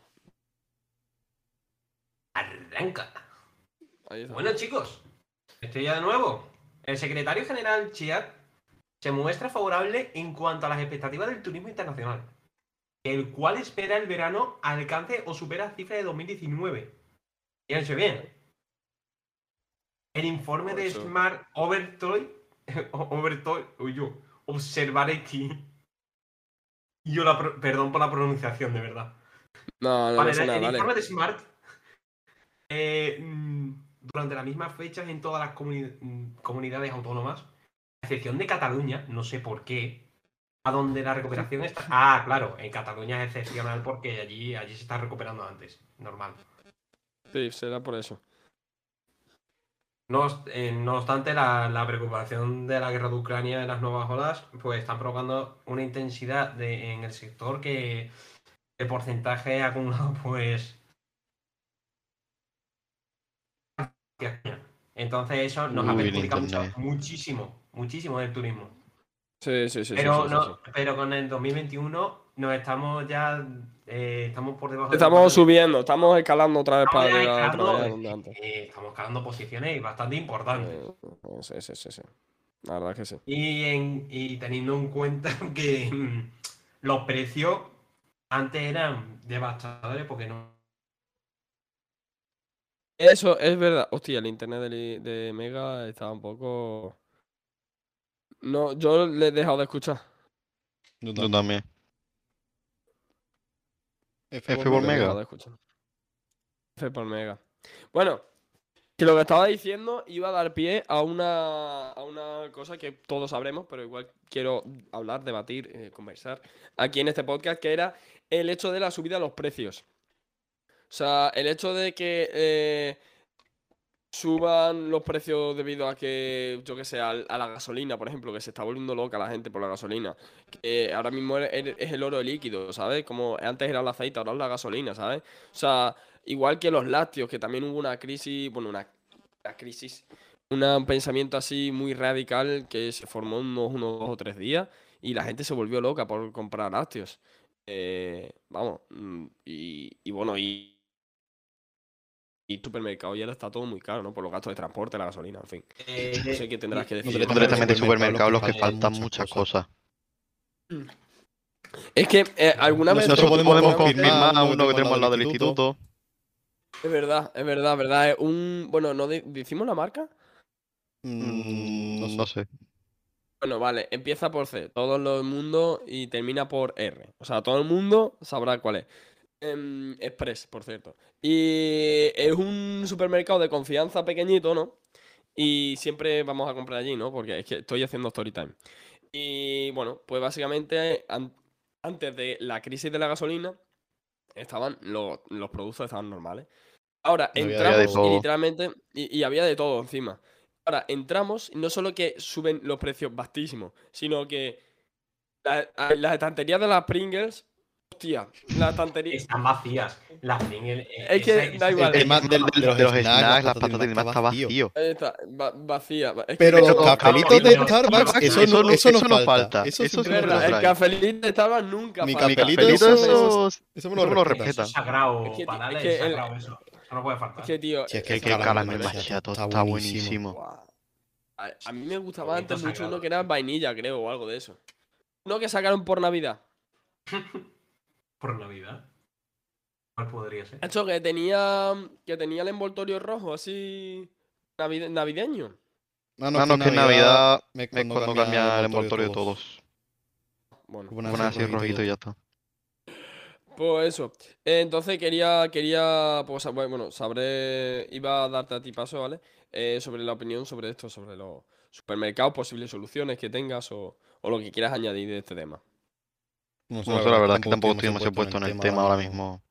Arranca. Ahí está. Bueno, chicos, estoy ya de nuevo. El secretario general Chiat se muestra favorable en cuanto a las expectativas del turismo internacional, el cual espera el verano alcance o supera cifra de dos mil diecinueve. Fíjense bien. El informe Por de eso. Smart Overtoy, Overtoy, uy, yo, Observatory. Y yo la pro- perdón por la pronunciación, de verdad. No, no Vale, pasa el, nada, el dale. informe de Smart, eh, mm, durante las mismas fechas en todas las comuni- mm, comunidades autónomas, a excepción de Cataluña, no sé por qué, a donde la recuperación está... Ah, claro, en Cataluña es excepcional porque allí, allí se está recuperando antes, normal. Sí, será por eso. No, obst- eh, no obstante, la, la preocupación de la guerra de Ucrania y las nuevas olas, pues están provocando una intensidad de, en el sector que el porcentaje acumulado, pues... Entonces eso nos ha Uy, el perjudicado mucho, internet. muchísimo, muchísimo el turismo. Sí, sí, sí, Pero, sí, sí, no, sí, sí. pero con el dos mil veintiuno nos estamos ya... eh, estamos por debajo de... Estamos subiendo, estamos escalando otra vez Estamos para ya llegar otra escalando, vez a donde antes. eh, estamos escalando posiciones bastante importantes. Eh, sí, sí, sí, sí. La verdad que sí. Y, en- y teniendo en cuenta que mm, los precios antes eran devastadores porque no... Eso es verdad. Hostia, el internet de, li- de Mega estaba un poco. No, yo le he dejado de escuchar. Yo Yo también. F F por por Lo he dejado Mega. de escuchar. F por Mega. Bueno, que lo que estaba diciendo iba a dar pie a una, a una cosa que todos sabremos, pero igual quiero hablar, debatir, eh, conversar aquí en este podcast, que era el hecho de la subida de los precios. O sea, el hecho de que eh, suban los precios debido a que, yo que sé, al- a, la gasolina, por ejemplo, que se está volviendo loca la gente por la gasolina. Que ahora mismo es, es el oro líquido, ¿sabes? Como antes era el aceite, ahora es la gasolina, ¿sabes? O sea, igual que los lácteos, que también hubo una crisis, bueno, una, una crisis, una- un pensamiento así muy radical que se formó en unos, unos dos o tres días y la gente se volvió loca por comprar lácteos. Eh, vamos, mm, y, y bueno, y y supermercado ya está todo muy caro, ¿no? Por los gastos de transporte, la gasolina, en fin. eh, No sé qué tendrás que y- decir. directamente Directamente en supermercados supermercados los que faltan faltan muchas muchas cosas. Es que eh, alguna vez. Nosotros Nosotros podemos podemos confirmar confirmar uno que uno que tenemos tenemos al lado del instituto. Es verdad, es verdad, es verdad. Es un. Bueno, ¿no di- decimos la marca? Mm, no Mm, No sé. sé. Bueno, vale, empieza por C, todo el mundo, y termina por R. O sea, todo el mundo sabrá cuál es. Em, Express, por cierto. Y es un supermercado de confianza pequeñito, ¿no? Y siempre vamos a comprar allí, ¿no? Porque es que estoy haciendo story time. Y bueno, pues básicamente an- antes de la crisis de la gasolina estaban los, los productos estaban normales. Ahora Había de entramos y todo. literalmente y, y había de todo encima. Ahora entramos y no solo que suben los precios bastísimos, sino que la- a- las estanterías de las Pringles, hostia, las estanterías están vacías. La Pringles, eh, es que esa- da esa- igual. El tema del- de los De los snacks, snacks, las las patatas de está está vacío. ahí está, va- vacía. Es que Pero eso- los los cafelitos de cafelitos, Starbucks, Starbucks, eso no, eso no falta. Eso Eso es siempre siempre lo verdad, el trae. trae. cafelito de Starbucks nunca Mi falta. cafelito, Cafelito, eso- eso, eso eso me me lo lo respeta. Eso respeta. es sagrado, Es que, para es darle que es el- sagrado eso. Eso no puede faltar. es que, tío, Sí, es que Es que el caramel macchiato está buenísimo. Buah. A, a mí me gustaba Momento antes mucho sagrado. uno que era vainilla, creo, o algo de eso. Uno que sacaron por Navidad. Por Navidad. ¿Cuál podría ser? Hecho que tenía. Que tenía el envoltorio rojo, así. navide- navideño. Ah, No, no, es que en Navidad es es cuando cambia el envoltorio de todos. Bueno, Pone Pone así rojito y ya está. pues eso. Eh, entonces quería. Quería. Pues sab- bueno, sabré. Iba a darte a ti paso, ¿vale? Eh, sobre la opinión sobre esto, sobre los supermercados, posibles soluciones que tengas o, o lo que quieras añadir de este tema. No sé, No sé, la verdad es que tampoco estoy demasiado puesto en el tema ahora mismo.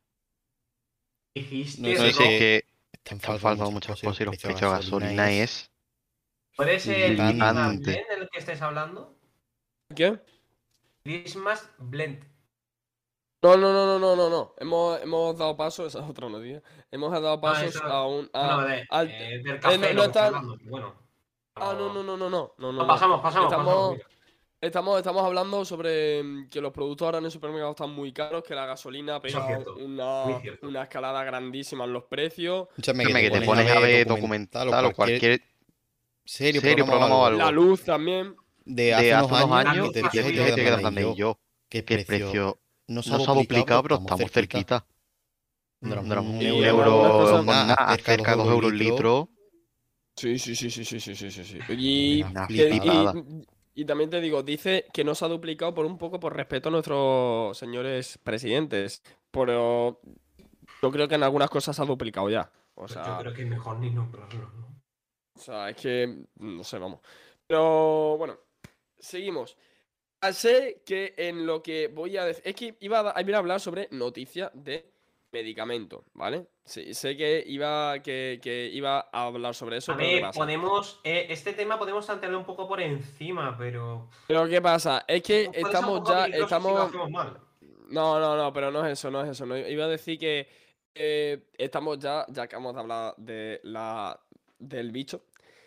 Dijiste No No sé, sé, es rojo. que Están están faltando faltando muchas muchas cosas cosas y los el precios de gasolina es ¿Puede ser flipante. Christmas Blend el que estés hablando? ¿Qué? Christmas Blend. No, no, no, no, no, no, no. Hemos, hemos dado paso, esa es otra noticia. Hemos dado No, pasos eso. a un. A, Bueno, de, al- eh, del eh, café no, lo no que estoy están. hablando. pero Bueno. Ah, no, no, no, no, no, no, no, No, no. pasamos, pasamos, pasamos. Estamos, Mira. estamos, estamos hablando sobre mm, que los productos ahora en el supermercado están muy caros, que la gasolina ha Eso es pegado cierto. una, Muy cierto. una escalada grandísima en los precios. Escúchame, Escúchame, que que te pones a ver documental o cualquier serio, serio, programa o La algo luz también. de de hace unos años años y te ha fijas y subido te y te quedas quedas en plan, grande. Y yo, yo, que que el el precio no se no se ha duplicado, pero estamos cerquita. De De un un Y euro, en euro algunas cosas- con nada, cerca de dos euros el litro. Sí, sí, sí, sí, sí, sí, sí, sí, sí. Y, Una que- flipada. y, y también te digo, dice que no se ha duplicado por un poco por respeto a nuestros señores presidentes. Pero yo creo que en algunas cosas se ha duplicado ya. O Pues yo sea, creo que es mejor ni nombrarlo, ¿no? o sea, es que no sé, vamos. Pero bueno, seguimos. Ah, Sé que en lo que voy a decir. Es que iba a, da- iba a hablar sobre noticias de medicamentos, ¿vale? Sí, sé que iba, que, que iba a hablar sobre eso, A pero ¿qué ver, pasa? podemos. eh, este tema podemos plantearlo un poco por encima, pero. Pero ¿qué pasa? Es que Puede ser un estamos poco ya, peligroso si lo estamos... hacemos mal. No, no, no, pero no es eso, no es eso. No. Iba a decir que eh, estamos ya, ya acabamos de hablar de la, del bicho.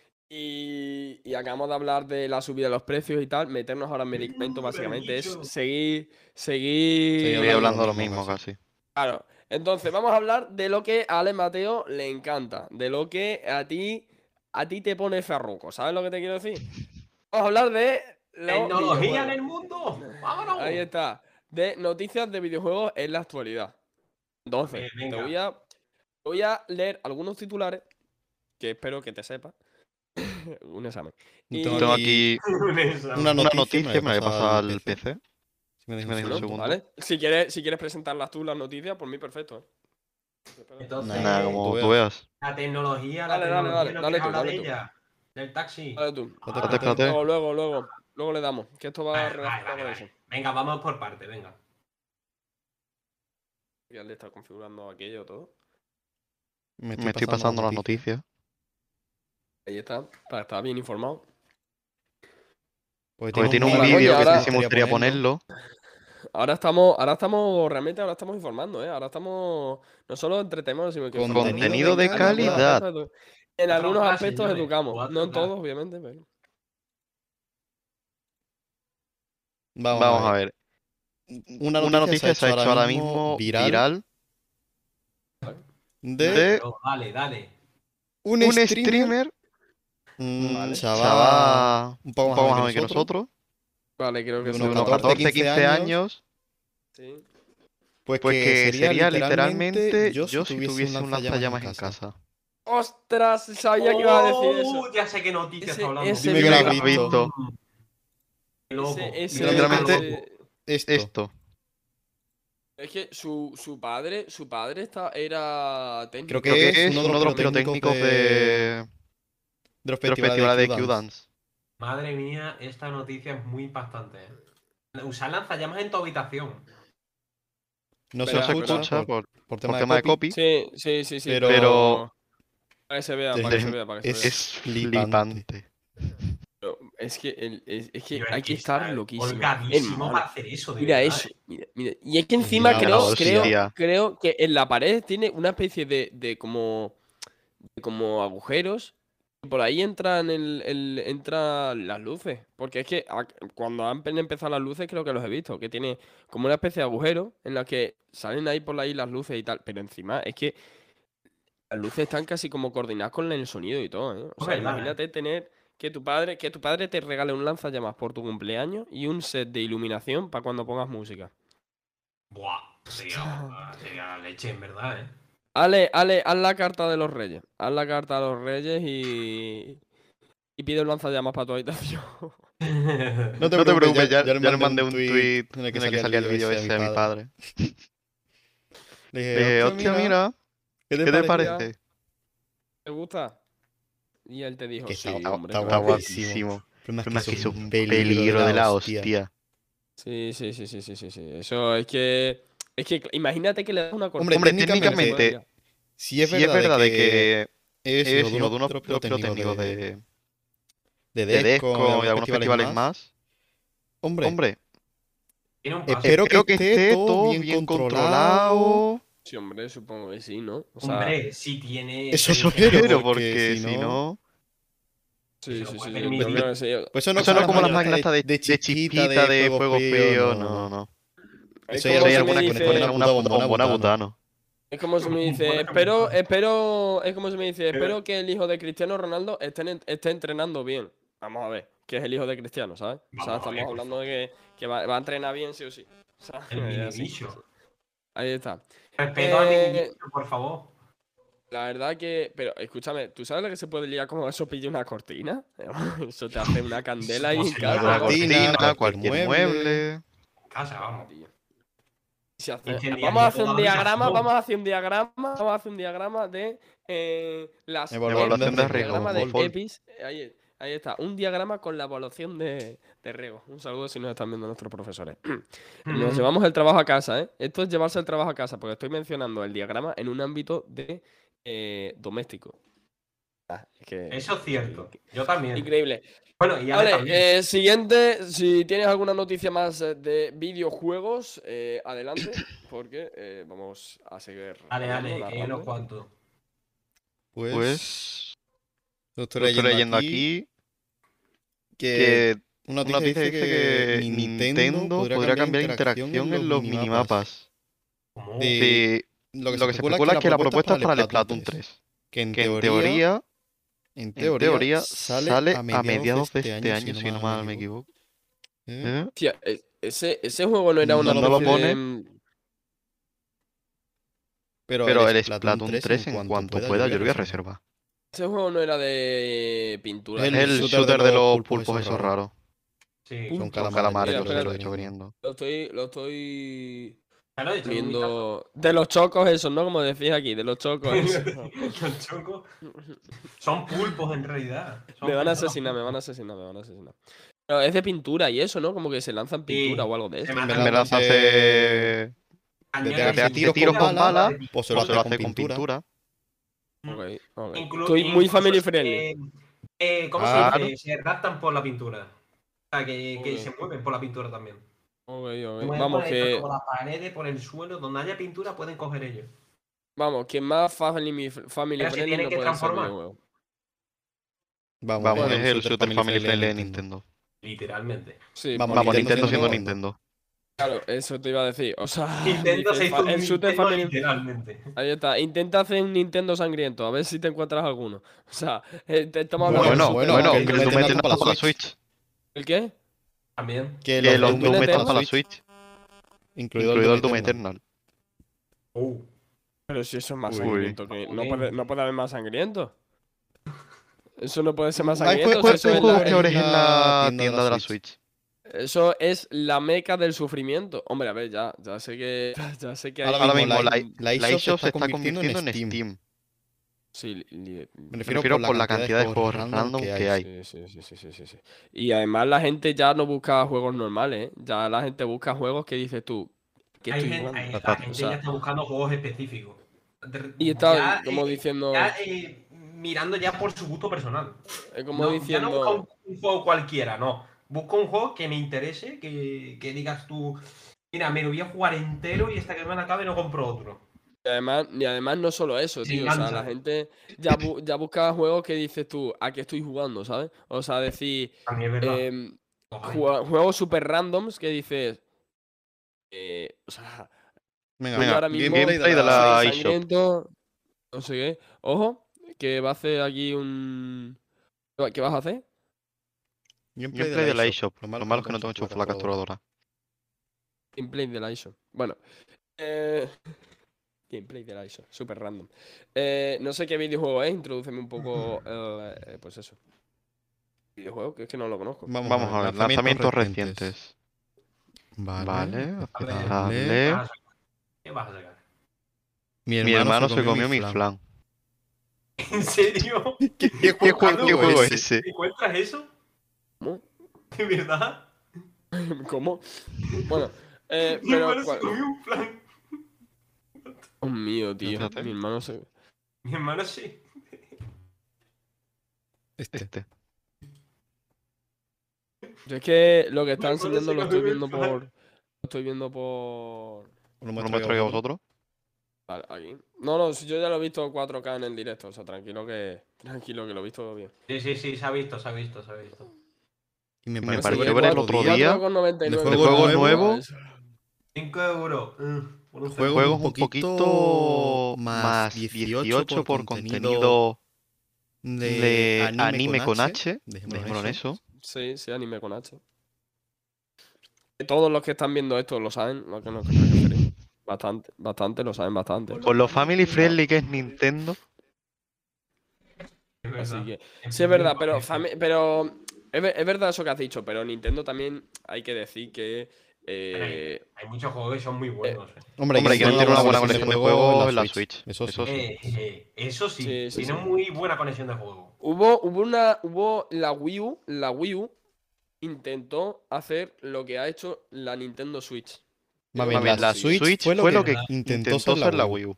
Y, y acabamos de hablar de la subida de los precios y tal. Meternos ahora en medicamentos Uh, del básicamente es bicho. seguir, Seguir seguir... Estoy hablando de lo mismo casi. Claro. Entonces, vamos a hablar de lo que a Ale Mateo le encanta. De lo que a ti, a ti te pone ferruco. ¿Sabes lo que te quiero decir? Vamos a hablar de los ¡Tecnología en videojuegos. el mundo! ¡Vámonos! Ahí está. De noticias de videojuegos en la actualidad. Entonces, Eh, te venga. voy a, voy a leer algunos titulares que espero que te sepas. Un examen. Y- Tengo Tengo aquí aquí una una noticia, noticia, me la voy a pasar al P C. P C. Si me dejas me dejas un un Bueno, segundo. ¿vale? Si quieres, si quieres presentarlas tú las noticias, por mí perfecto. ¿eh? Entonces, Nada, como tú veas. la tecnología, la Dale, dale, tecnología, dale, ¿no dale quieres tú, hablar dale de tú. ella? Del taxi. Dale tú. Espérate, Espérate, espérate. espérate. Luego, luego, luego. Luego le damos. Que esto va Vale, vale, relacionado vale, con vale. eso. Venga, vamos por parte, venga. Ya le está configurando aquello todo. Me Me estoy pasando las noticias. Ahí está, para estar bien informado. Porque Porque tiene un Mala vídeo coña, que ahora- sí me gustaría ponerlo. Ahora estamos, ahora estamos, realmente ahora estamos informando, ¿eh? Ahora estamos no solo entretenemos, sino que Con informando. contenido de En algunos calidad. aspectos edu- En Cuatro algunos K, aspectos señores, educamos. cuatro No en K. todos, obviamente, pero. Vamos, Vamos a a ver. ver. Una Una noticia, noticia se ha hecho ahora mismo viral de de Pero dale, dale. un, un streamer, streamer, un Vale. chaval, chaval un poco más, más joven joven que que nosotros, Vale, creo que de sí. unos de unos uno- catorce, catorce, quince años, Sí. pues, pues que que sería, sería literalmente literalmente yo yo si si tuviese un lanzallamas en casa. ¡Ostras! Sabía que iba a decir eso. Oh, ya sé qué noticia Ese- está hablando. ese Dime que lo has vídeo- visto. Mm. Qué loco. Ese, ese, Literalmente- ese- Esto. Esto. Es que su, su padre, su padre está, era técnico. Creo que Creo que es es uno de los pirotécnicos de, de los de los festivales festivales de Q-Dance. Q-Dance. Madre mía, esta noticia es muy impactante. ¿eh? Usar lanzallamas en tu habitación. No se Verás, No se verás. escucha escucha por, por, por por tema, tema de copy. copy. Sí, sí, sí, sí. Pero- Pero- Para que se vea, Es- para que se vea, para que se vea. Es flipante. flipante. Pero es que, el- es, es que Tío, hay es que estar está loquísimo. holgadísimo Hermano, para hacer eso, de Mira verdad, eso. ¿eh? Mira, mira. Y es que encima Mira, creo, hostia. creo, creo que en la pared tiene una especie de, de como. de como agujeros. Y por ahí entran el, el- entran las luces. Porque es que a- cuando han empezado las luces, creo que los he visto. Que tiene como una especie de agujero en la que salen ahí por ahí las luces y tal. Pero encima es que las luces están casi como coordinadas con el sonido y todo, ¿eh? O sea, Es verdad, imagínate tener que tu padre, que tu padre te regale un lanzallamas por tu cumpleaños y un set de iluminación para cuando pongas música. Buah, sería, sería la leche, en verdad, ¿eh? Ale, Ale, haz la carta de los reyes. Haz la carta de los reyes y. Y pide un lanzallamas para tu habitación. No te No te preocupes, preocupes, ya, ya, ya le mandé un tweet en el que en el que salía salía el vídeo ese a mi padre. Le Le dije, hostia, mira, ¿qué ¿qué te te parece? parece? ¿Te gusta? Y él te dijo, Que sí, está- hombre. está Está claro". guapísimo. Pero más Pero más que que eso, es un un peligro de la hostia. Sí, sí, sí, sí, sí, sí, sí. Eso es que. Es que imagínate que le das una cortina. Hombre, Hombre, técnicamente, técnicamente, Si es si verdad, es verdad de de que que es es hijo de hijo de unos unos propios propios técnicos técnicos de, de, de de Descom y de Descom y de algunos algunos festivales festivales más, más, hombre, hombre, Tiene un pase. espero que espero que esté esté todo todo bien bien controlado. controlado. Sí, hombre, supongo que sí, ¿no? O sea, Hombre, si tiene. Eso Eso espero, quiero, porque porque si si no- no. sí, se lo sí, puede sí, yo permitir. creo que sí. Pues eso no, Eso son no las es como las máquinas máquinas estas de, de, de chispita, chispita, de de fuego fuego frío, frío, no, no, no. no. Es Eso ya como lo si llaman me una dice. conexión Una puta bombona butano. Es como si me dice, Buena espero, pregunta. espero, es como si me dice, Pero- espero que el hijo de Cristiano Ronaldo esté, en- esté entrenando bien. Vamos a ver, que es el hijo de Cristiano, ¿sabes? O sea, Vamos a estamos ver, por hablando de que, que va, va a entrenar bien sí o sí. O sea, El es mini así, bicho. así. Ahí está. Respeto al mini Eh, bicho, por favor. La verdad que, pero escúchame, ¿tú sabes lo que se puede liar como eso pilla una cortina? Eso te hace una candela ahí No en sé, casa. Una cortina, cortina, cualquier cualquier mueble. mueble. Casa, vamos. Si hace- Incendiaría vamos a hacer toda un la diagrama, habitación. vamos a hacer un diagrama, vamos a hacer un diagrama de eh, las Evaluación EPIs, de un riesgo, diagrama de Wolf. EPIs. eh, Ahí, ahí está, un diagrama con la evaluación de, de riesgo. Un saludo si nos están viendo nuestros profesores. Nos Mm. llevamos el trabajo a casa, ¿eh? Esto es llevarse el trabajo a casa, porque estoy mencionando el diagrama en un ámbito de eh, doméstico. Ah, es que- Eso es cierto. Yo también. Increíble. Bueno, y Ale Vale, también. eh, siguiente, si tienes alguna noticia más eh, de videojuegos, eh, adelante, porque eh, vamos a seguir. Ale, hablando, Ale, que yo narrando. los cuanto. Pues, Pues. lo estoy Lo estoy leyendo, leyendo aquí, aquí. que Que una una noticia noticia dice que Nintendo podría cambiar interacción en los minimapas. ¿Cómo? De- De Lo que, lo que se especula es que la propuesta es para el Splatoon Splatoon tres. que en Que en teoría, teoría, en en teoría, teoría, sale, sale a mediados de este año, si no mal me equivoco. ¿Eh? ¿Eh? Hostia, e- ese, ese juego no era una No lo especie pone. de, mm, Pero, Pero el el Splatoon Splatoon tres, en cuanto pueda, yo lo voy a reservar. Ese juego no era de pintura. Es Es el shooter de los pulpos esos raros. Sí. Son Son calamares, calamares, Mira, los he espérate. hecho veniendo. Lo estoy, lo estoy Ya lo he hecho, un vistazo. viendo. De los chocos esos, ¿no? Como decís aquí, de los chocos esos. Los chocos son pulpos en realidad. Son Me van a personas asesinar, me pulpos. van a asesinar, me van a asesinar. Pero es de pintura y eso, ¿no? Como que se lanzan pintura Sí, o algo de se eso. matan. Me Me lanza a hacer. Cañones de De pegar de tiros tiros con con bala, bala, pues se lo o se lo hace hace con con pintura. pintura. Ok, ok. Inclu- Estoy muy incluso family se- friendly. eh, ¿Cómo Claro. se dice? Se raptan por la pintura. O sea, que, que Ok. se mueven por la pintura también. Ok, Se ok. mueven Vamos, por, que. por las paredes, por el suelo, donde haya pintura pueden coger ellos. Vamos, que más family, family Pero se friendly tienen no que puede ser transformar. videojuego. Vamos, Vamos, Bueno, es el shooter family friendly de Nintendo. Literalmente. Sí, Vamos, Vamos, Nintendo Nintendo siendo siendo Nintendo. claro, eso te iba a decir. O sea, Nintendo dice, se hizo fa- un el shooter Nintendo family. literalmente. Ahí está. Intenta hacer un Nintendo sangriento, a ver si te encuentras alguno. O sea, eh, te estamos hablando Bueno, de Bueno, shooter bueno, bueno, que el que Doom el Doom Eternal Eternal para la para la Switch. ¿El qué? También. Que Que los los Doom Doom Eternal Eternal para para la Switch. incluido, Incluido el el Doom Eternal. Eternal. Uh. Pero si eso es más Uy. sangriento, que no Uy. puede, no puede haber más sangriento. Eso no puede ser más Hay sangriento. juegos- si eso, hay es juegos la, que ahora es en en la la tienda de la Switch. eso es la meca del sufrimiento. Hombre, a ver, ya, ya sé que. Ya sé que hay. Ahora Ahora mismo mismo la- la, la la eShop eShop se está convirtiendo en Steam. Sí, li- li- Me Me refiero, refiero por la cantidad de juegos random que hay. Sí, sí, sí, sí, sí, sí, sí. Y además la gente ya no busca juegos normales, ¿eh? Ya la gente busca juegos que dices tú, que Hay estoy gente, jugando. hay- la Exacto. gente O sea, ya está buscando juegos específicos. De- y está ya, como eh, diciendo, ya, eh, mirando ya por su gusto personal. es como No, ya no diciendo, busca un, un juego cualquiera, no. Busca un juego que me interese, que, que digas tú, mira, me lo voy a jugar entero y hasta que me acabe no compro otro. y además, y además no solo eso, Se tío, o sea, la enganchan. gente ya, bu- ya busca juegos que dices tú, ¿a qué estoy jugando, sabes? O sea, decir, A mí es verdad. em, Los hay. jue- juegos super randoms que dices, eh, o sea, Venga, Yo ahora mismo gameplay de la soy eShop. sangriento, no sé qué. Ojo, que va a hacer aquí un... ¿Qué vas a hacer? Gameplay de la eShop. Lo malo es que no tengo enchufado la capturadora. Gameplay de la eShop. Bueno. Eh... Gameplay de la eShop. Súper random. Eh, no sé qué videojuego es. Introdúceme un poco el... Eh, pues eso. Videojuego, que es que no lo conozco. Vamos, Vamos a ver. Lanzamientos, lanzamientos recientes. recientes. Vale. Vale. Aceptable. ¿Qué vas a sacar? Mi hermano, Mi hermano se comió, se comió mi flan. flan. ¿En serio? ¿Qué, qué, ¿Qué, juego, ¿qué juego es ese? ¿Encuentras eso? ¿Cómo? ¿De verdad? ¿Cómo? Bueno, eh, Mi pero... hermano se comió un flan. Dios mío, tío. Fíjate. Mi hermano se... Mi hermano sí. Este. este. Yo es que lo que está Mi hermano enseñando se lo estoy comió viendo el flan. por... Lo estoy viendo por... ¿No lo muestro yo a vosotros? Vale, aquí. No, no, si yo ya lo he visto cuatro K en el directo, o sea, tranquilo que... Tranquilo que lo he visto bien. Sí, sí, sí, se ha visto, se ha visto, se ha visto. Y me, Me parece pareció que ver el otro día cuatro con noventa y nueve. de juego nuevo, cinco euros. Mm, por un juegos juego un poquito más dieciocho por contenido de anime, anime con H. Dejémoslo en eso. Sí, sí, anime con H. Todos los que están viendo esto lo saben, lo que nos referimos. Bastante, bastante, lo saben bastante. Con lo family friendly que es Nintendo. Así que, sí, es verdad, pero, pero es, es verdad eso que has dicho, pero Nintendo también hay que decir que... Eh, hay, hay muchos juegos que son muy buenos. Eh. Hombre, Hombre, hay que tener una buena conexión de juegos en la Switch. Eso sí. Eh, eh, eso sí, sí, sí tiene sí. muy buena conexión de juego. Hubo, hubo una, hubo la Wii U, la Wii U intentó hacer lo que ha hecho la Nintendo Switch. Más bien, la, la Switch, Switch fue lo que, lo que intentó ser la, la Wii U.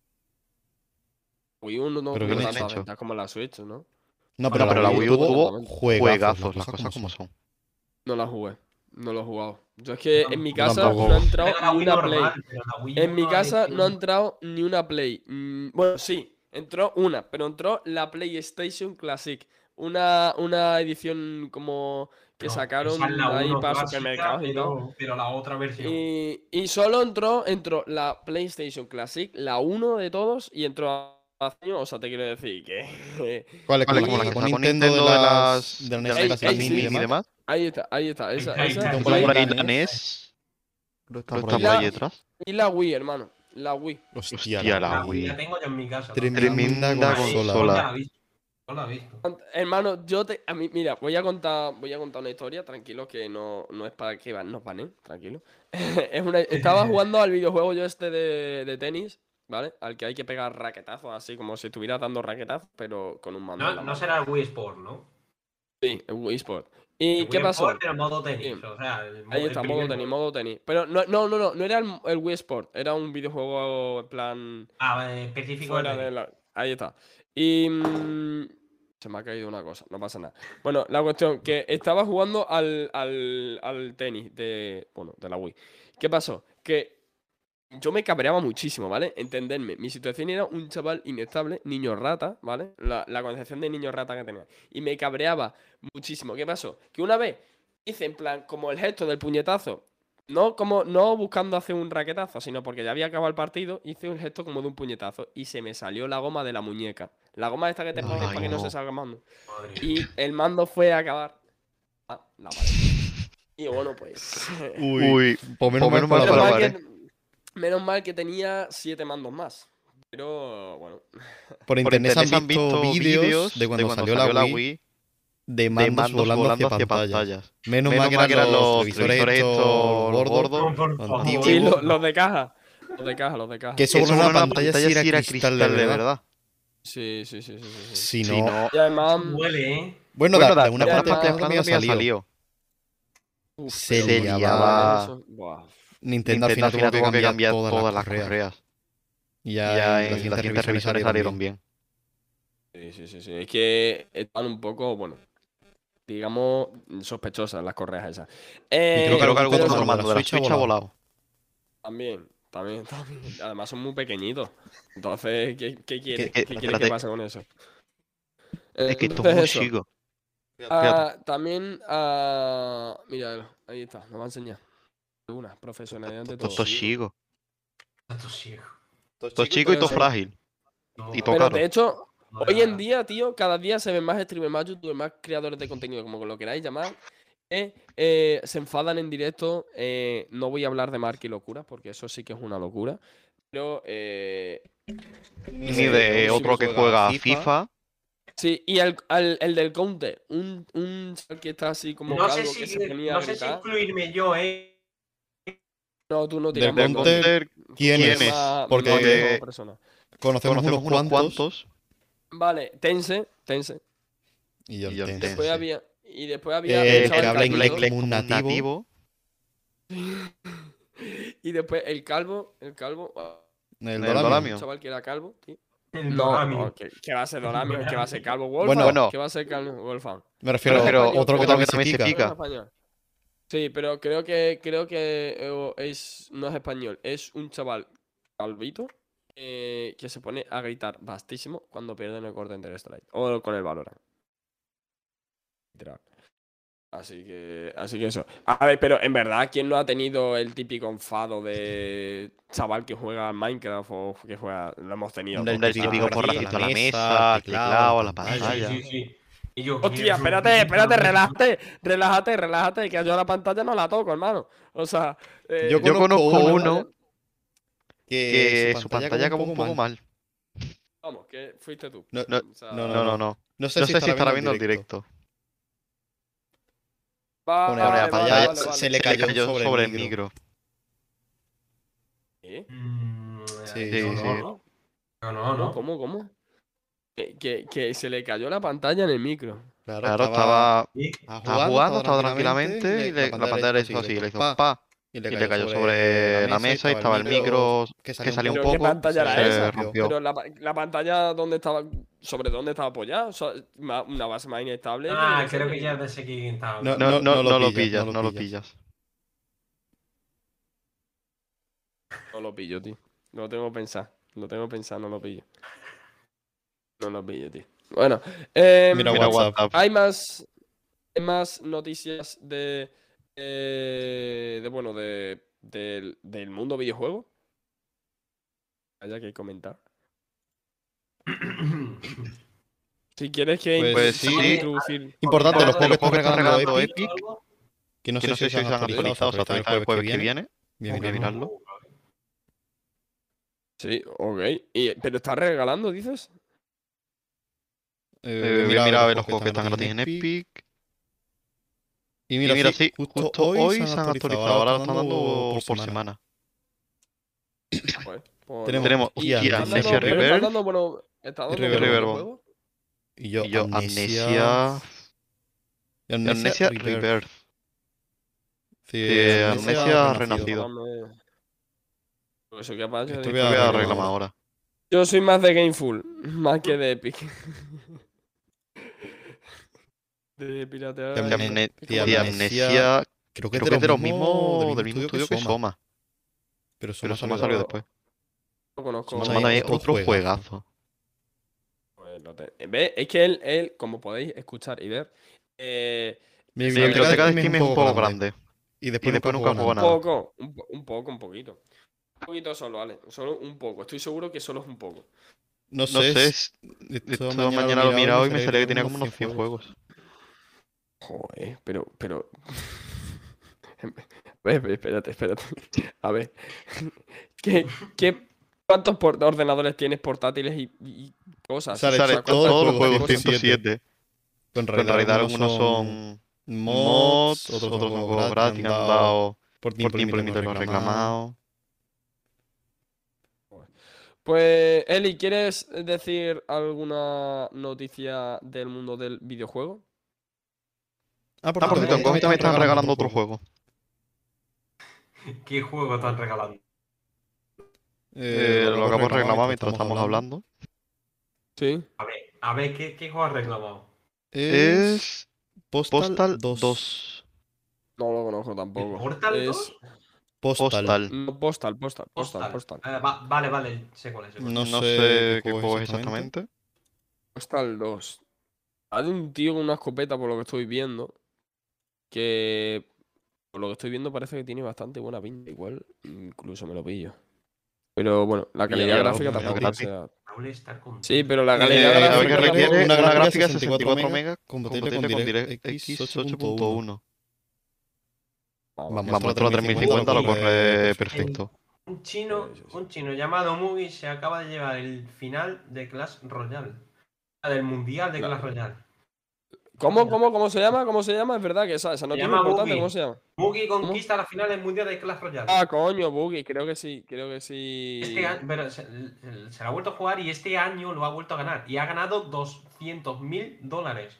Wii U no, no, pero no bien tantas hecho. ventas como la Switch, ¿no? No, pero, pero la, la Wii U tuvo juegazos, las cosas como son. No la jugué, no lo he jugado. Yo es que no, en mi casa tampoco. no ha entrado ni una normal, Play. En mi casa no ha entrado ni una Play. Mm, bueno, sí, entró una, pero entró la PlayStation Classic. Una, una edición como que no, sacaron la ahí para clásica, supermercados y pero, todo. Pero la otra versión. Y, y solo entró, entró la PlayStation Classic, la uno de todos, y entró hace años. O sea, te quiero decir que... ¿Cuál es? ¿Cuál es? ¿Como la que sacó Nintendo de las de las Ey, ey, mini y demás? Ahí está, ahí está. Esa, Ahí esa, está, Por ahí y, la N E S. Está ¿No por está ahí. por ahí detrás? y la Wii, hermano. La Wii. Hostia, Hostia, la La Wii. Wii la tengo yo en mi casa. Tremenda ¿no? consola. No la he visto. No la he visto. Hermano, yo te. A mí, mira, voy a contar. Voy a contar una historia, tranquilo, que no, no es para que van, nos banen, tranquilo. Es una, estaba jugando al videojuego yo este de, de tenis, ¿vale? Al que hay que pegar raquetazos, así como si estuvieras dando raquetazos, pero con un mando. en la No, no mano. será el Wii Sport, ¿no? Sí, el Wii Sport. ¿Y El qué Wii pasó? Sport era modo tenis. Sí. O sea, el, Ahí el está, primer modo tenis, modo tenis. Pero no, no, no, no, no era el, el Wii Sport, era un videojuego en plan. Ah, vale, específico Fuera de de tenis. la... Ahí está. Y... mm, se me ha caído una cosa, no pasa nada. Bueno, la cuestión, que estaba jugando al, al, al tenis de... Bueno, de la Wii. ¿Qué pasó? Que yo me cabreaba muchísimo, ¿vale? Entenderme. Mi situación era un chaval inestable, niño rata, ¿vale? La, la concepción de niño rata que tenía. Y me cabreaba muchísimo. ¿Qué pasó? Que una vez hice en plan como el gesto del puñetazo. No, como, no buscando hacer un raquetazo, sino porque ya había acabado el partido, hice un gesto como de un puñetazo y se me salió la goma de la muñeca. La goma esta que te pones Ay, para que no no. se salga el mando. Madre Y mía. el mando fue a acabar a la pared. Y bueno, pues... Uy, Uy por menos, menos, mal para la mal pared. que, menos mal que tenía siete mandos más. Pero bueno. Por internet, se han visto vídeos de cuando, de cuando salió, salió la Wii, Wii de mandos, de mandos volando, volando hacia, hacia pantallas. pantallas. Menos, Menos mal que eran los televisores estos gordos, gordos antiguos. Sí, los, los de caja. Los de caja, los de caja. Que eso, eso una, una pantalla, pantalla sí era cristal, de verdad. verdad. Sí, sí, sí, sí, sí. Si sí. no... no... Y además... Huele, ¿eh? Bueno, bueno, de alguna parte parte cuando había salido. salido. Uf, se se liaba... liaba... Nintendo, Nintendo al final tuvo que cambiar, cambiar todas, todas las correas. correas. Y ya, ya en, en las siguientes revisiones salieron bien. bien. Sí, sí, sí, sí. Es que están un poco, bueno... digamos, sospechosas las correas esas. Eh, y creo que, creo que algo otro mando de la Switch ha volado. También, también, también. Además son muy pequeñitos. Entonces, ¿qué, qué quiere? ¿Qué, ¿Qué, ¿Qué quiere que pase con eso? Es que esto es muy chico. Ah, también, ah, mira, ahí está, nos va a enseñar. Una profesionalidad de todo. Esto es chico. Esto es chico. Esto es chico y todo frágil. No, y todo Pero caro. de hecho, Hoy en día, tío, cada día se ven más streamers, más youtubers, más creadores de contenido, como lo queráis llamar, que eh, se enfadan en directo. Eh, no voy a hablar de marca y locuras, porque eso sí que es una locura. Pero. Eh, Ni de otro que juega FIFA. FIFA. Sí, y el, el, el del counter, un, un que está así como no calvo sé si, que se ponía no a sé si gritar. incluirme yo, eh. No, tú no tiras del counter. ¿Quién es? Más, porque más de conocemos, conocemos unos, unos cuantos. cuantos. Vale, Tense, Tense. Y yo, y yo Tense. Después había, y después había eh, el que habla inglés como un nativo. Y después el calvo, el calvo. El Dolamio. Un chaval que era calvo, tío. El no, no que, que va a ser Dolamio, que va a ser calvo. Wolfam, bueno, que va a ser calvo Wolfam. Me refiero a otro que también se pica. Sí, pero creo que creo que es no es español, es un chaval calvito eh, que se pone a gritar bastísimo cuando pierden el corte Enter Strike o con el Valorant. Literal. Así que, así que eso. A ver, pero en verdad, ¿quién no ha tenido el típico enfado de chaval que juega Minecraft o que juega? Lo hemos tenido. El, el típico porracito a la mesa, teclado, a la pantalla. Sí, sí, sí. Y yo, hostia, espérate, espérate, relájate, relájate, relájate, que yo la pantalla no la toco, hermano. O sea, eh, yo, conozco yo conozco uno que, que su pantalla, pantalla como un poco mal. mal. Vamos, que fuiste tú. No, no, o sea, no, no, no, no. No sé, no si, sé si estará viendo el directo. directo. Vale, Pone, vale, vale, vale, vale. Se, se le cayó, cayó sobre, sobre el micro. ¿Eh? Mm, sí, sí, sí, sí. No, no, no. no. ¿Cómo, cómo? Que, que, que se le cayó la pantalla en el micro. Claro, claro estaba, estaba jugando, jugando, estaba tranquilamente y le, la pantalla le hizo así, le hizo pa. Y le cayó, y le cayó sobre la mesa y estaba el micro que salió, que salió un poco. ¿Qué pantalla era se esa? rompió. Pero la, la pantalla, ¿dónde estaba? ¿Sobre dónde estaba apoyada? O sea, una base más inestable. Ah, creo que ya es de ese que estaba. No, no, no, no, no lo pillas, no lo pillas. No lo pillo, tío. Lo tengo que pensar. Lo tengo que pensar, no lo pillo. No lo pillo, tío. Bueno, eh, mira, mira WhatsApp. WhatsApp. Hay más, hay más noticias de, eh, de bueno, de, de, del mundo videojuego. Haya que comentar. Si quieres que pues sí, introducir... Importante, los juegos que está regalando Epic. Que no, que no sé si se han actualizado, se actualizan el jueves que viene. Bien, voy a mirarlo. Sí, ok. Y, ¿pero está regalando, dices? Eh, mira, mira a ver los juegos que están gratis en Epic. Y mira, y mira sí, justo, justo hoy se han actualizado, ahora lo están dando por, por semana. Pues, pues tenemos, tenemos y, y Amnesia Rebirth. Está bueno, está dando Reverb. Y yo, y yo Amnesia... Y Amnesia, Amnesia Rebirth. Rebirth. Sí, sí, Amnesia, Amnesia Renacido. renacido. Eso que pasa, Esto voy a reclamar ahora. Yo soy más de Gameful, más que de Epic. De piratear. De, amne de amnesia, amnesia, creo que, creo que es de los mismos del mismo estudio que Soma. Soma. Pero Soma, Pero Soma salió después. No conozco. Soma también es otro juegazo. Pues lo te... ¿Ves? Es que él, él, como podéis escuchar y ver, eh, mi biblioteca de Steam es un poco grande. grande. Y después, y después nunca, nunca juego nada. Un poco, un, un poco, un poquito. Un poquito solo, vale. Solo un poco. Estoy seguro que solo es un poco. No, no sé. sé esto mañana, mañana lo he mirado y me salió que tenía como unos cien juegos. Joder, pero, pero... espérate, espérate. A ver. ¿Qué, qué, ¿Cuántos ordenadores tienes portátiles y, y cosas? Sale, sale todos los juegos ciento siete. En realidad, en realidad algunos son mods, otros, otros son juegos gratis que han dado por tiempo límite los reclamados. Pues, Eli, ¿quieres decir alguna noticia del mundo del videojuego? Ah, por cierto, en Comic también están regalando otro juego. ¿Qué juego están regalando? Eh, lo, lo acabo de reclamar mientras estamos hablando. Sí. A ver, a ver, ¿qué, qué juego has reclamado? Es Postal, Postal dos. No lo conozco tampoco. ¿Portal es... dos? Postal. No, postal, postal, postal, postal. Eh, va, vale, vale, sé cuál es. Sé cuál es. No, no sé qué juego es exactamente. Postal dos. Hay un tío con una escopeta, por lo que estoy viendo, que por lo que estoy viendo parece que tiene bastante buena pinta. Igual incluso me lo pillo. Pero bueno, la calidad ya, gráfica ya, tampoco ya, sea All Star con Sí, pero la Eh, calidad a ver gráfica qué tampoco- requiere una una gráfica gráfica sesenta y sesenta y cuatro cuatro megas megas compatible compatible con con DirectX DirectX ocho punto ocho punto uno. uno. Vamos, Vamos, Vamos, esto a tres mil cincuenta lo corre perfecto. Un chino, Sí, sí, sí. un chino llamado Mugi se acaba de llevar el final de Clash Royale. La del mundial de La- Clash Royale. ¿Cómo, cómo, cómo se llama? ¿Cómo se llama? Es verdad que esa, esa Se noticia es llama importante. Mugi. ¿Cómo se llama? Mugi conquista la final del mundial de Clash Royale. Ah, coño, Boogie. Creo que sí, creo que sí. Este año, pero se, se- se la ha vuelto a jugar y este año lo ha vuelto a ganar. Y ha ganado doscientos mil dólares.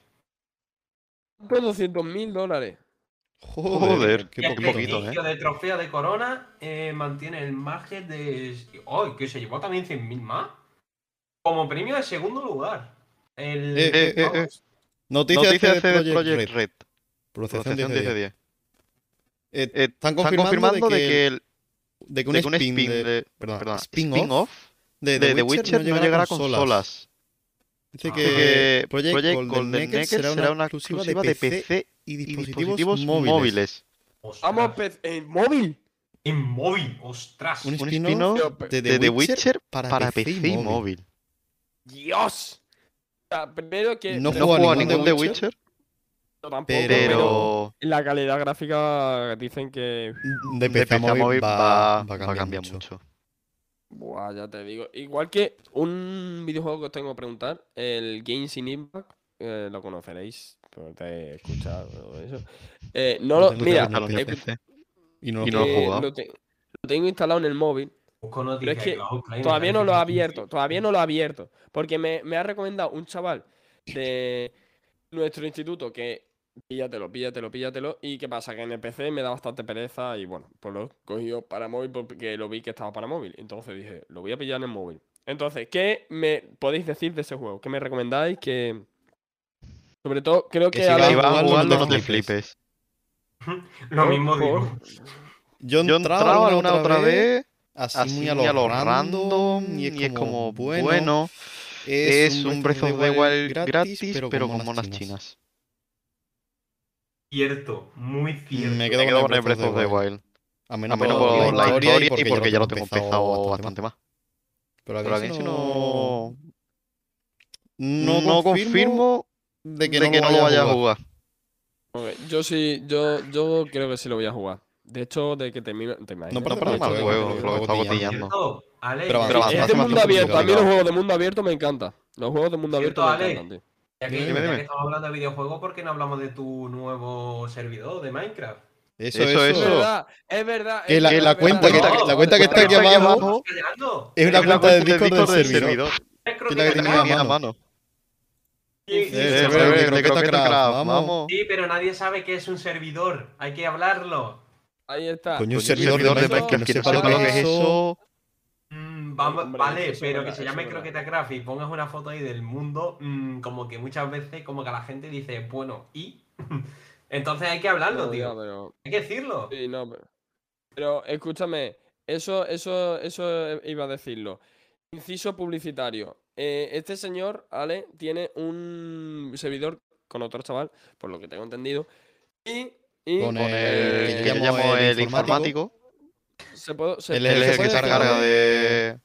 Por doscientos mil dólares. Joder, qué Y el poquito, prestigio ¿eh? de trofeo de corona eh, mantiene el margen de. ¡Oh! Que se llevó también cien mil más. Como premio de segundo lugar. El. Eh, Eh, eh, eh. Noticias Noticias de de Project Project Red. Red. Procesión diez Procesión de diez de diez. diez. Eh, Eh, están Están confirmando, confirmando de que el- el de que un de que un spin spin de, de perdón, perdón, spin-off spin-off de de The Witcher, no llegará a consolas. Dice Ah. que, Dice que Project, Project Golden Golden Necker Necker será una exclusiva de P C y y dispositivos, dispositivos móviles. móviles. Ostras, Vamos, pe- en móvil. En móvil, ostras. Un Un spin-off spin-off de de The Witcher para, para P C y móvil. móvil. Dios. O sea, primero que. No No juego a juego a ningún ningún The The Witcher, yo tampoco, pero- pero la calidad gráfica dicen que. De P C a móvil va, va a cambiar mucho. mucho. Buah, ya te digo. Igual que un videojuego que os tengo que preguntar, el Genshin Impact, eh, lo conoceréis, porque he escuchado eso. Eh, no Lo lo, tengo mira, instalado en he el P C. Y no lo Y he no lo he jugado. eh, jugado. lo, te- lo tengo instalado en el móvil, Busco pero es noticias que de Cloud Play, me todavía no parece lo he que- abierto, todavía no lo he abierto, porque me, me ha recomendado un chaval de nuestro instituto que píllatelo, píllatelo, píllatelo, y qué pasa, que en el P C me da bastante pereza y bueno, pues lo he cogido para móvil porque lo vi que estaba para móvil, entonces dije, lo voy a pillar en el móvil. Entonces, ¿qué me podéis decir de ese juego? ¿Qué me recomendáis? Que sobre todo, creo Que que si a vas la- Si vas a jugarlo, jugarlo, no no te te flipes. Lo por- mismo por- digo. Yo he Yo he entrado entrado alguna alguna otra vez, así muy a lo random, y es como, bueno, es un Breath of the Wild gratis, pero con monas chinas. Cierto, muy cierto. Me Me quedo quedo con el Breath of the Wild. A A menos, menos por, por la historia y porque, porque ya lo tengo tengo empezado bastante bastante más. más. Pero a Pero a Genshin Genshin no... no, No, no confirmo confirmo de que, de que no, no lo vaya a jugar. Ok, yo sí, yo, yo creo que sí lo voy a jugar. De hecho, de que termino. ¿Te imaginas? No No parece parece mal mal juego, juego, lo lo que que está está cotillando. cotillando. Cierto, Alex. Pero Sí, avanza, es avanza de mundo bastante abierto. A mí los complicado. juegos de mundo abierto me encantan. Los juegos de mundo abierto Cierto, me Ale. encantan, tío. Ya que, Dime, ya dime. que estamos hablando de videojuegos, ¿por qué no hablamos de tu nuevo servidor de Minecraft? Eso, Eso, eso. Es eso. verdad, es verdad. Que es la- verdad, la es cuenta verdad. que- No, la cuenta que está aquí joder, abajo es una Es la cuenta de cuenta Discord del servidor. Es Que es la que tenía tenía a a mano. mano. Sí, Eh, sí, server sí, de Server de Croqueta Croqueta Craft, Craft, vamos. vamos. sí, pero nadie sabe que es un servidor. Hay que hablarlo. Ahí está. Coño, un Coño, servidor de Minecraft, Minecraft que no que no sepa sepa lo que es eso. Mm, vamos, Hombre, vale, eso es pero verdad, que se eso llame es verdad. Croqueta Craft y pongas una foto ahí del mundo, mm, como que muchas veces como que la gente dice, bueno, ¿y? Entonces hay que hablarlo, No, ya, tío. pero. Hay que decirlo. Sí, no, pero. Pero escúchame, eso, eso, eso iba a decirlo. Inciso publicitario. Eh, este señor, Ale, tiene un servidor con otro chaval, por lo que tengo entendido. Y. y Con el eh, que que yo yo llamo llamo el el informático. se puede, se, Él Él es se el que puede se decir encarga nombre? de,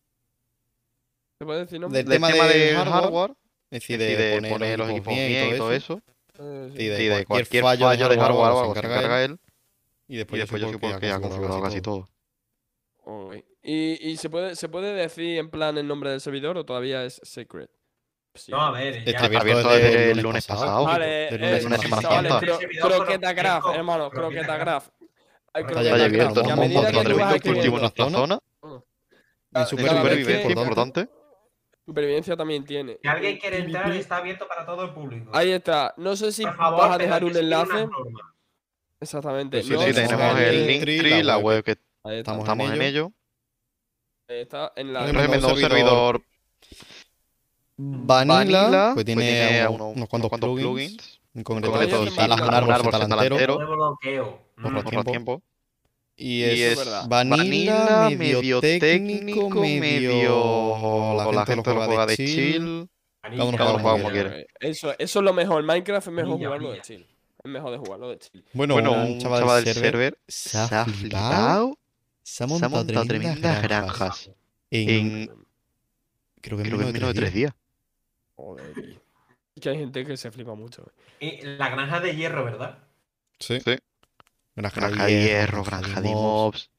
¿Se puede decir nombre? Del del tema tema del del hardware, hardware, es decir, y de, de poner, poner los equipos bien y todo eso. Eh, sí. Y de, y de cualquier, fallo, de hardware, o algo algo se se encarga encarga él. él. Y Y después, después yo supongo que ha configurado casi todo. Ok. ¿Y, y se, puede, se puede decir en plan el nombre del servidor o todavía es secret? Sí. No, a ver, Está ya. abierto abierto desde desde el el lunes lunes pasado. pasado. Vale, Del eh, lunes de Semana chavales, Santa. cro- Servidor, croqueta pero craft, es co- hermano, croqueta croqueta craft. craft. Hay Está croqueta ya craft, abierto, que a ¿no? medida Monta que otra tú vez vas tu cultivo en escribiendo, nuestra zona. En Cada- En cada vez supervivencia que- supervivencia importante. importante. supervivencia también tiene. Si alguien quiere Pi, pi, entrar, pi. está abierto para todo el público. Ahí está. No sé si Por favor, vas a pero dejar hay un que seguir enlace. unas normas. Exactamente. Pues sí, no Sí, sé si tenemos alguien- el Linktree, la web que Ahí está. Estamos estamos en ello. Ahí está en la. Por Por ejemplo, ejemplo, un un servidor servidor Vanilla, Vanilla, pues tiene, tiene a- unos, unos cuantos plugins. plugins. En En concreto, concreto, si sí, instalas un un árbol, árbol se se instala instala entero. entero. De bloqueo. Ahorra Mm. Ahorra tiempo. tiempo. Y Y es, es verdad. vanilla, Vanilla, medio, medio técnico, medio... La gente lo juega de chill. Vanilla, uno Cada uno juega como vanilla. quiere. Eso, eso es lo mejor. Minecraft es mejor Vanilla, jugarlo de vanilla. chill. Es mejor de jugarlo de chill. Bueno, Bueno, un, un chaval, chaval del del server server se se ha ha flipado, flipado, se ha se ha montado montado tremendas tremendas granjas granjas en, en, Creo que en Creo que en menos de tres días. Joder, tío. Es que hay gente que se flipa mucho. Y la granja de hierro, ¿verdad? Sí. Sí. Granja, Granja de de hierro, hierro, granja de mobs.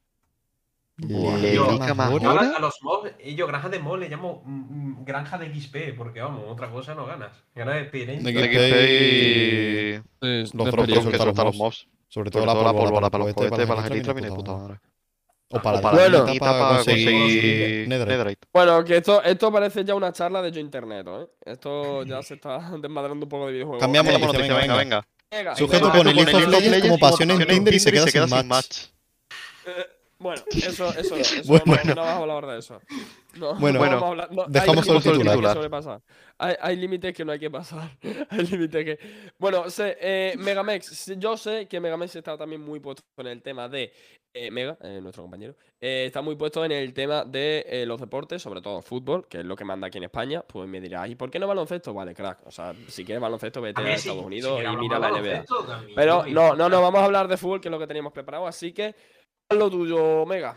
Buah, Le Yo- dedica más Yo a, horas. a los mobs, y yo granja de mobs le llamo mm, mm, granja de X P, porque vamos, otra cosa no ganas. Ganas de experiencia. De De X P y... Los de drops Los que drops que sueltan sueltan los los mobs. mobs. Sobre todo Sobre todo la la pólvora pólvora para los cohetes, para las para las nitras, nitras, viene de viene de puta puta madre. madre. O para Para la Bueno. dinamita para para conseguir conseguir netherite. netherite. Bueno, que esto, esto parece ya una charla de yo internet, ¿eh? Esto ya se está desmadrando un poco de videojuegos. Cambiamos Cambiamos noticia, noticia, venga, venga, venga. venga. Venga, Sujeto venga. con el League of Legends como pasión en Tinder y se queda sin match. Eh, Bueno, eso, eso no, eso Bueno. no, no vamos a hablar de eso. No, Bueno, no vamos a hablar, no, dejamos hay solo el límites que no hay que titular. sobrepasar. Hay, hay límites que no hay que pasar. Hay límites que. Bueno, sé, eh, Megamex, yo sé que Megamex está también muy puesto en el tema de. Eh, Mega, eh, nuestro compañero, eh, está muy puesto en el tema de eh, los deportes, sobre todo fútbol, que es lo que manda aquí en España. Pues me dirás, ¿y por qué no baloncesto? Vale, crack. O sea, si quieres baloncesto, vete A a, ver, Estados si- Unidos si y hablamos mira de la N B A. baloncesto, también, Pero me no, no, importa. no, vamos a hablar de fútbol, que es lo que teníamos preparado. Así que, haz lo tuyo, Mega.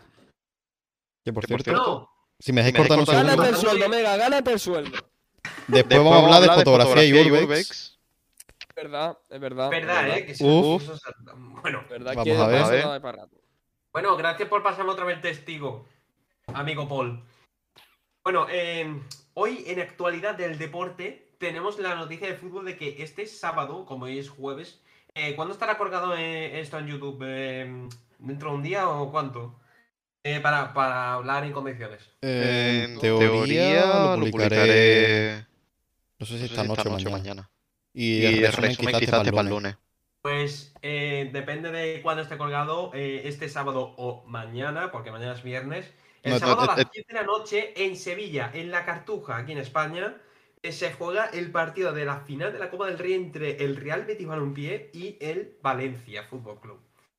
Que por Que por cierto, No, si me dejáis si me dejáis cortar un cortar un Gánate el segundo, sueldo, Mega, gánate el sueldo. después vamos a hablar de fotografía y urbex. Es verdad, es verdad. es verdad, ¿eh? Que se- Uf. eso es- bueno, Es verdad Vamos que a ver. eso A ver. da para rato. bueno, gracias por pasarme otra vez el testigo, amigo Paul. Bueno, eh, hoy en actualidad del deporte tenemos la noticia de fútbol de que este sábado, como hoy es jueves, eh, ¿cuándo estará colgado eh, esto en YouTube? Eh, ¿Dentro de un día o cuánto? Eh, para, para hablar en condiciones. En En teoría, teoría lo lo publicaré. publicaré. No sé No si sé esta si noche esta o noche o mañana. mañana. Y Y el el resumen resumen quizás quizás te te para para el el lunes. lunes. Pues eh, depende de cuándo esté colgado, eh, este sábado o mañana, porque mañana es viernes. El No, sábado a et- las et- diez de la noche en Sevilla, en la Cartuja, aquí en España, eh, se juega el partido de la final de la Copa del Rey entre el Real Betis Balompié y el Valencia Fútbol Club.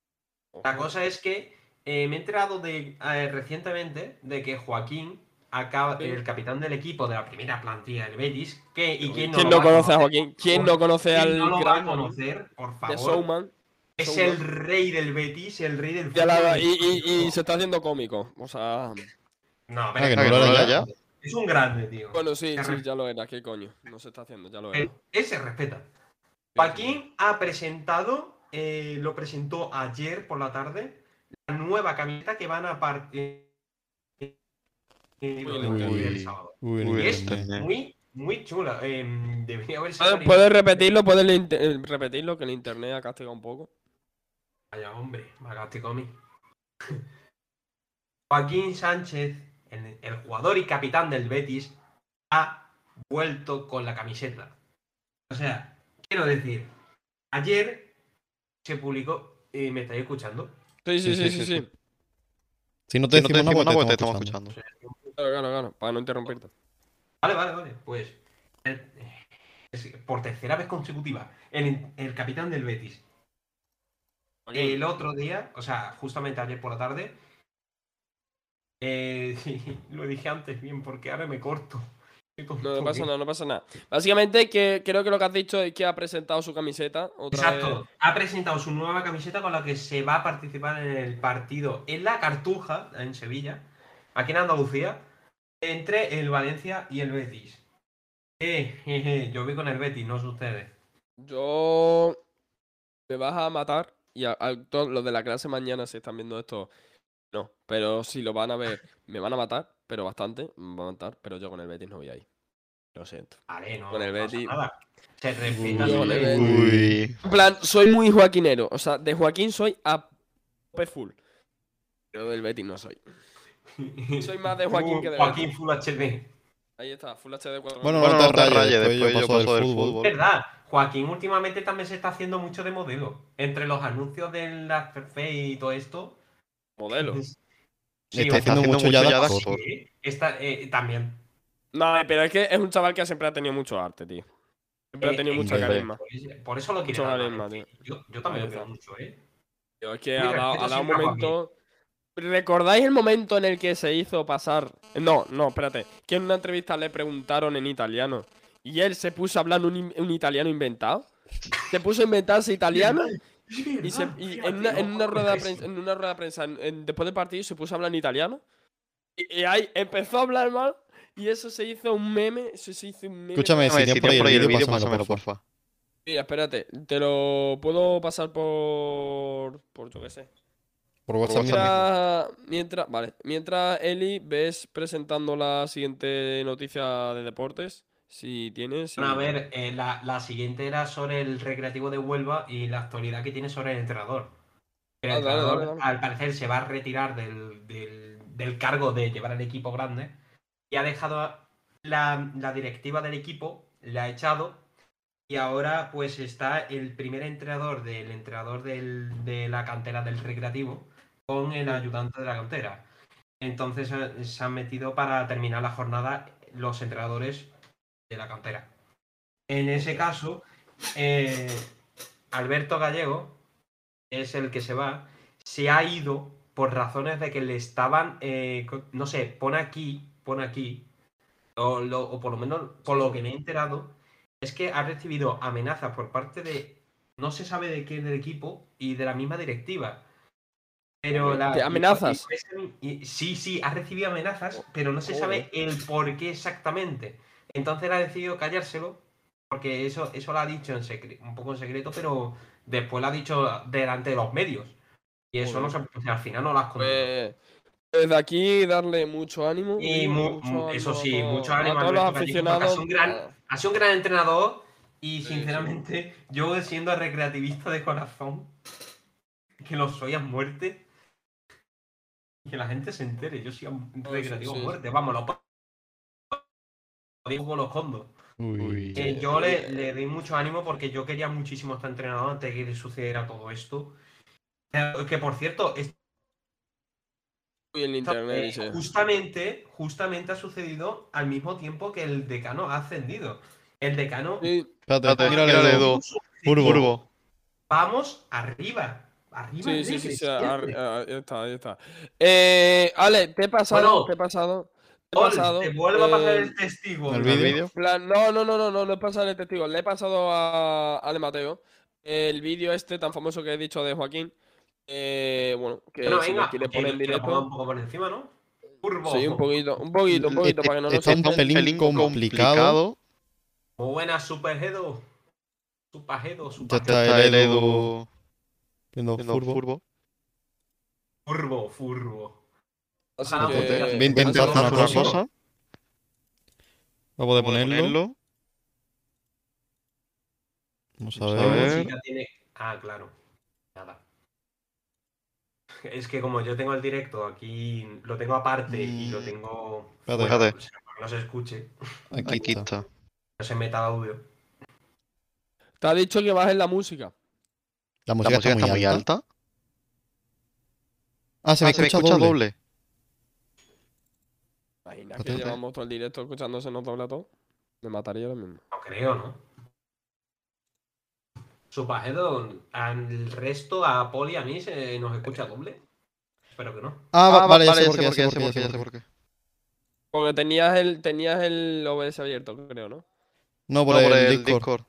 La cosa es que eh, me he enterado de, eh, recientemente de que Joaquín, acaba, Sí. el capitán del equipo de la primera plantilla del Betis, que, y quién no, ¿Quién lo no va conoce a conocer, Joaquín? por ¿Quién favor? no conoce ¿Quién al no lo va gran a conocer, por de favor? Showman? Es Showman. el rey del Betis, el rey del Ya la- fútbol y, y- y mexicano. se está haciendo cómico. O sea. No, Ah, pero que es, no que lo no era lo ya. era ya. es un grande, tío. Bueno, sí, Se sí, re- ya lo era. ¿Qué coño? No se está haciendo, ya lo eh, era. Ese respeta. Joaquín ha presentado, eh, lo presentó ayer por la tarde, la nueva camiseta que van a partir el sábado. Uy, Uy, Y es internet. muy, muy chula. Eh, debería haberse ¿Puedes, salido- puedes repetirlo? ¿Puedes el inter- eh, repetirlo? Que el internet ha castigado un poco. Vaya hombre, me agaste con mí. Joaquín Sánchez, el, el jugador y capitán del Betis, ha vuelto con la camiseta. O sea, quiero decir, ayer se publicó, y me estáis escuchando. Sí, sí, sí, sí, sí. Si no te Si no te decimos decimos nada, nada, pues pues te te estamos estamos escuchando. escuchando. Claro, claro, claro. Para no interrumpirte. Vale, vale, vale. Pues eh, es- por tercera vez consecutiva, el, el capitán del Betis. El otro día, o sea, justamente ayer por la tarde, eh, lo dije antes bien porque ahora me corto. Qué tonto No, no pasa que- nada, no pasa nada. Básicamente, que creo que lo que has dicho es que ha presentado su camiseta otra Exacto. vez. Ha presentado su nueva camiseta con la que se va a participar en el partido en la Cartuja, en Sevilla, aquí en Andalucía, entre el Valencia y el Betis. Eh, jeje, yo voy con el Betis, no sé ustedes. Yo. Me vas a matar. Y a, a todos los de la clase mañana, si están viendo esto, no. Pero si lo van a ver, me van a matar, pero bastante. Me van a matar, pero yo con el Betis no voy ahí. Lo siento. Vale, no, Con el no pasa Betis. nada. Se respeta Uy, su con el ley. Uy. En plan, soy muy joaquinero. O sea, de Joaquín soy a tope full. Pero del Betis no soy. Soy más de Joaquín que de Joaquín Full H D. Ahí está, Full H D cuatro. Bueno, Bueno, no no te te rayes, rayes, después yo después yo paso paso del del fútbol. fútbol. ¿Verdad? Joaquín últimamente también se está haciendo mucho de modelo. Entre los anuncios del Afterpay y todo esto. Modelo. Sí, Está o- haciendo haciendo mucho ya de mucho ya de actor. actor. sí, está, eh, también. No, pero es que es un chaval que siempre ha tenido mucho arte, tío. Siempre ha Eh, tenido eh, mucho hombre. carisma. Por eso- Por eso lo quiero Mucho dar. carisma, tío. Yo, yo también Ahí lo quiero está. mucho, ¿eh? Yo es que Mi ha dado, respeto ha dado un siempre a momento. ¿Recordáis el momento en el que se hizo pasar? No, no, espérate. Que en una entrevista le preguntaron en italiano. Y él se puso a hablar un, in- un italiano inventado. Se puso a inventarse italiano. Y, se- y en, una, en una rueda de prensa, en una rueda de prensa en- en- después del partido se puso a hablar en italiano. Y, y ahí empezó a hablar mal. Y eso se hizo un meme. Eso se hizo un meme. Escúchame, si tienes por ahí el vídeo, pásamelo, porfa. Sí, espérate. Te lo puedo pasar por. Por yo qué sé. Por WhatsApp. Mientras, mientras, vale. Mientras, Eli, ves presentando la siguiente noticia de deportes. Si tienes. Bueno, a ver, eh, la, la siguiente era sobre el Recreativo de Huelva y la actualidad que tiene sobre el entrenador. El Ah, dale, entrenador, dale, dale. al parecer, se va a retirar del, del, del cargo de llevar el equipo grande y ha dejado la, la directiva del equipo, le ha echado y ahora pues está el primer entrenador del entrenador del, de la cantera del Recreativo con el ayudante de la cantera. Entonces eh, se han metido para terminar la jornada los entrenadores de la cantera. En ese caso, eh, Alberto Gallego es el que se va. Se ha ido por razones de que le estaban, eh, no sé, pone aquí, pone aquí, o, lo, o por lo menos por lo que me he enterado, es que ha recibido amenazas por parte de, no se sabe de qué del equipo y de la misma directiva. Pero la, ¿Te amenazas? Y, y, sí, sí, ha recibido amenazas, pero no se sabe el por qué exactamente. Entonces ha decidido callárselo, porque eso, eso lo ha dicho en secreto, un poco en secreto, pero después lo ha dicho delante de los medios. Y eso no se, o sea, al final no lo has contado. Pues, desde aquí darle mucho ánimo. Y mu, mucho eso ánimo sí, a todos, mucho ánimo a todos los Alberto Gallego, porque aficionados. ha sido un gran, ha sido un gran entrenador y Sí, sinceramente sí. Yo siendo recreativista de corazón, que lo soy a muerte, que la gente se entere, yo soy un recreativo a sí, sí. muerte, vamos, lo digo como los condos. Uy. Eh, yo le, le doy mucho ánimo porque yo quería muchísimo a este entrenador antes de que sucediera todo esto. Eh, que por cierto, es, el internet, eh, dice. justamente, justamente ha sucedido al mismo tiempo que el decano ha ascendido. El decano. Sí. Espérate, mírale, Edu. Furbo. Vamos arriba. Arriba, Sí, sí, sí, sí, siempre. ahí está, ahí está. Eh, Ale, te he pasado, Bueno, te he pasado. Te he Ol, pasado. te vuelvo a pasar eh, el testigo. ¿El vídeo? plan, no, no, no, no, no, no he pasado el testigo. Le he pasado a Ale Mateo el vídeo este tan famoso que he dicho de Joaquín. Eh, bueno, que Bueno, si venga, lo quiere que, poner en que lo ponga un directo. poco por encima, ¿no? Furbo. Sí, un poquito, un poquito, un poquito, para que no nos Está un pelín complicado. Muy buena, Superhedo. Superhedo, Ya Superhedo. está el Edu viendo Viendo Furbo. Furbo. Furbo, furbo. Así Ojalá que- pudiera- Voy a intentar Vamos a hacer hacer una una cosa. cosa. Vamos a Vamos a ponerlo. ponerlo. Vamos a Vamos a ¿Qué ver. ver. música tiene? Ah, claro. Nada. Es que como yo tengo el directo aquí, lo tengo aparte y lo tengo Espérate. fuera, Espérate. o sea, para que no se escuche, Aquí, Aquí está. está. no se meta audio. Te ha dicho que bajes la música. La La música, música está muy alta. alta. Ah, se Ah, me se me escucha, escucha doble. doble. Imagina que Espérate. llevamos todo el directo escuchándose nos doble a todo. Me mataría ahora mismo. No creo, ¿no? Superhedo, al resto, a Poli, a mí, se nos escucha doble. Espero que no. Ah, va- Ah, vale, ya vale, sé por qué, ya sé por qué, ya ya sé por qué. Porque tenías el, tenías el O B S abierto, creo, ¿no? No, por No, por el el Discord. Discord.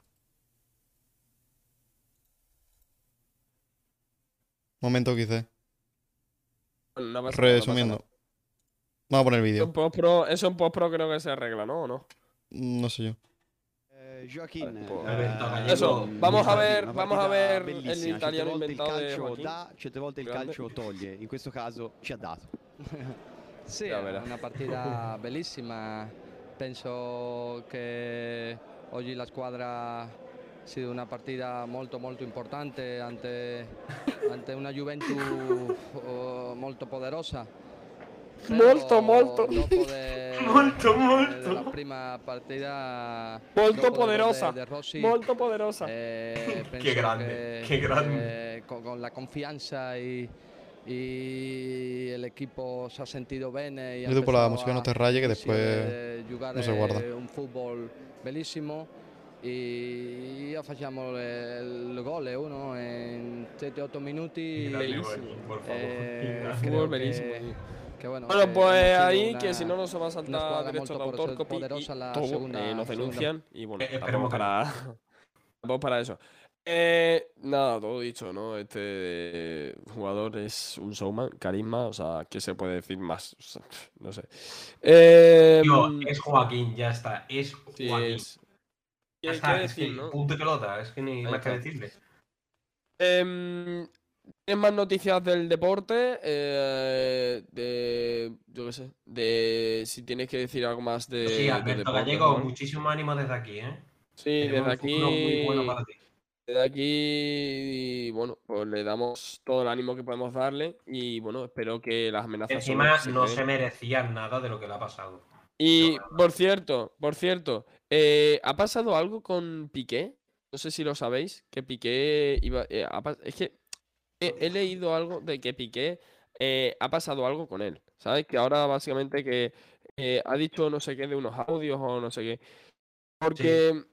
Momento que hice. Bueno, no pasa nada, no pasa Resumiendo. nada. Vamos a poner el Eso vídeo. en postpro, eso en postpro creo que se arregla, ¿no? ¿O no? No sé yo. Joaquin, Vale, pues, Alberto eh, Gallego. Eso, vamos a una ver, partita vamos a ver el bellissima. italiano Certe volte il inventado de calcio Joaquín. dà, certe volte il Grande. calcio toglie. In questo caso ci ha dato. Sì, Ya è verás. una partita bellissima. Penso che oggi la squadra ha sido una partita molto molto importante ante, ante una Juventus oh, molto poderosa. Molto, Però molto. dopo de- Molto, de- molto. della prima partita Molto dopo del gol poderosa. de, de Rossi, Molto poderosa. eh, Qué penso grande, que- qué grande. que con, con la confianza y, y el equipo se ha sentido bene y ha Edu, por la empezado música no a te raye, que inicio después de giocare no se guarda. un football bellissimo e ya facciamo il gol uno in sette otto minuti. Bellissimo. Por favor. Eh, Fútbol creo bellísimo, que- tío. que bueno, Bueno, que pues hemos sido ahí, una- que si no nos va a una saltar squadra derechos de molto autor, copy y poderosa la todo, segunda- eh, nos segunda- denuncian y bueno, Eh, tampoco esperemos que no. para, tampoco para eso. Eh, nada, todo dicho, ¿no? Este jugador es un showman, carisma, o sea, ¿qué se puede decir más? O sea, no sé. Eh, Tío, es Joaquín, ya está. Es sí, Joaquín. es. Ya ¿Qué, qué está, es decir, que no? punto y pelota, es que ni Ahí más que está. decirle. Em, ¿Tienes más noticias del deporte? Eh, de. Yo qué sé. De. Si tienes que decir algo más Pues sí, de, de Alberto deportes o Gallego, algo. muchísimo ánimo desde aquí, ¿eh? Sí, Tenemos desde un futuro muy bueno aquí. para ti. Desde aquí, bueno, pues le damos todo el ánimo que podemos darle y bueno, espero que las amenazas solo Encima se no se queden. merecía nada de lo que le ha pasado. Yo, Y por cierto, por cierto, eh, ¿ha pasado algo con Piqué? No sé si lo sabéis, que Piqué iba... eh, ha pas- es que he, he leído algo de que Piqué eh, ha pasado algo con él, ¿sabes? Que ahora básicamente que eh, ha dicho no sé qué de unos audios o no sé qué. sí, Porque...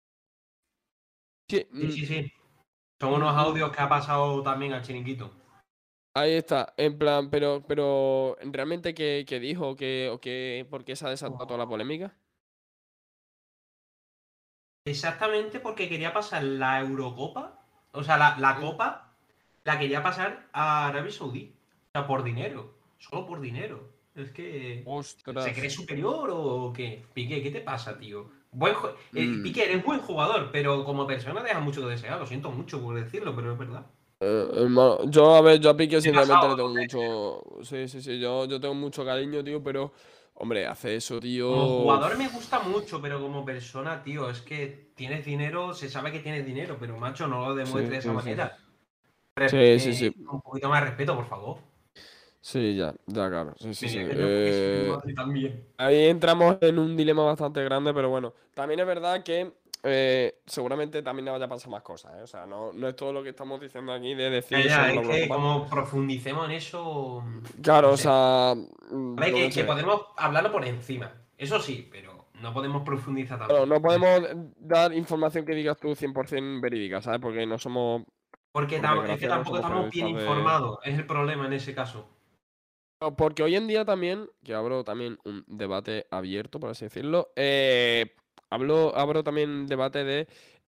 sí, sí, mm, sí, sí. Son mm, unos mm, audios que ha pasado también al chiringuito. ahí está, en plan, pero, pero ¿realmente qué, qué dijo o qué, o qué, por qué se ha desatado toda la polémica? Exactamente porque quería pasar la Eurocopa, o sea, la, la Mm. Copa, la quería pasar a Arabia Saudí. O sea, por dinero. Solo por dinero. Es que. ¿Se cree Ostras. superior o qué? Piqué, ¿qué te pasa, tío? Buen ju- eh, Mm. Piqué, eres buen jugador, pero como persona deja mucho que desear. Lo siento mucho por decirlo, pero es verdad. Eh, hermano, yo, a ver, yo a Piqué He sinceramente pasado, le tengo entonces, mucho. Sí, sí, sí, yo, yo tengo mucho cariño, tío, pero. Hombre, hace eso, como tío. jugador me Uf. gusta mucho, pero como persona, tío, es que tienes dinero, se sabe que tienes dinero, pero macho, no lo demuestres Sí, de esa sí, sí. manera. Re- Sí, sí, eh, sí. un poquito más de respeto, por favor. Sí, ya, ya, claro. Sí, sí, sí. Mira, que yo porque soy del Eh, Madrid también. Ahí entramos en un dilema bastante grande, pero bueno. También es verdad que eh, seguramente también le vaya a pasar más cosas, ¿eh? O sea, no, no es todo lo que estamos diciendo aquí de Ya, decir ya, solo la es que Eurocopa. como profundicemos en eso, no Claro, o sé. sea, A mm, ver, yo qué que, que sé. podemos hablarlo por encima. Eso sí, pero no podemos profundizar Claro, tanto. no podemos dar información que digas tú cien por ciento verídica, ¿sabes? Porque no somos, Porque por tam- es que desgracia, no tampoco somos estamos bien periodistas de... informados. Es el problema en ese caso. No, porque hoy en día también, que abro también un debate abierto, por así decirlo, eh, hablo, abro también debate de...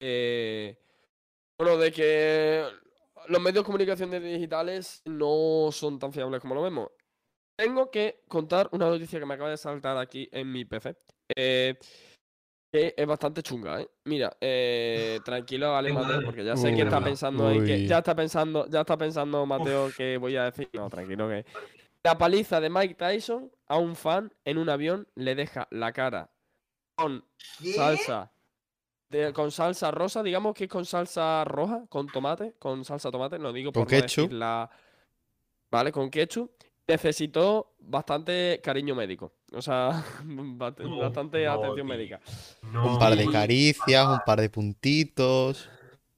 eh, bueno, de que los medios de comunicación digitales no son tan fiables como lo vemos. Tengo que contar una noticia que me acaba de saltar aquí en mi P C. Eh, que es bastante chunga, ¿eh? Mira, eh, tranquilo, Ale Qué Mateo, madre. porque ya sé que está Uy, pensando en que. Ya uy. está pensando, ya está pensando Mateo Uf. que voy a decir. No, tranquilo que. La paliza de Mike Tyson a un fan en un avión le deja la cara con ¿Qué? salsa. de- con salsa rosa, digamos que es con salsa roja, con tomate, con salsa tomate, no digo ¿Con por no ketchup? decir la. ¿Vale? Con ketchup. Necesitó bastante cariño médico. O sea, bast- No, bastante no, atención tío. médica. Un par de No. Y caricias, un par de puntitos.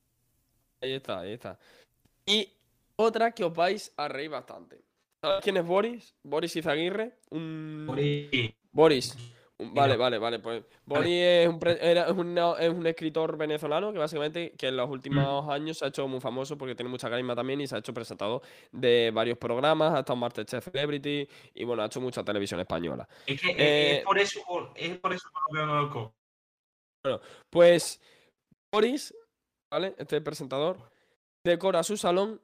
ahí está, ahí está. Y otra que os vais a reír bastante. ¿Sabes quién es Boris? Boris Izaguirre. Un... Ori- Boris. Un- Y no. Vale, vale, vale. Pues Vale. Boris es un, pre- era- es un, es un escritor venezolano que básicamente que en los últimos Mm. años se ha hecho muy famoso porque tiene mucha carisma también y se ha hecho presentado de varios programas, ha estado en MasterChef Celebrity y bueno, ha hecho mucha televisión española. Es que eh, es Eh, por eso, por- es por eso por lo que no lo conozco. pues Boris, ¿vale? Este presentador decora su salón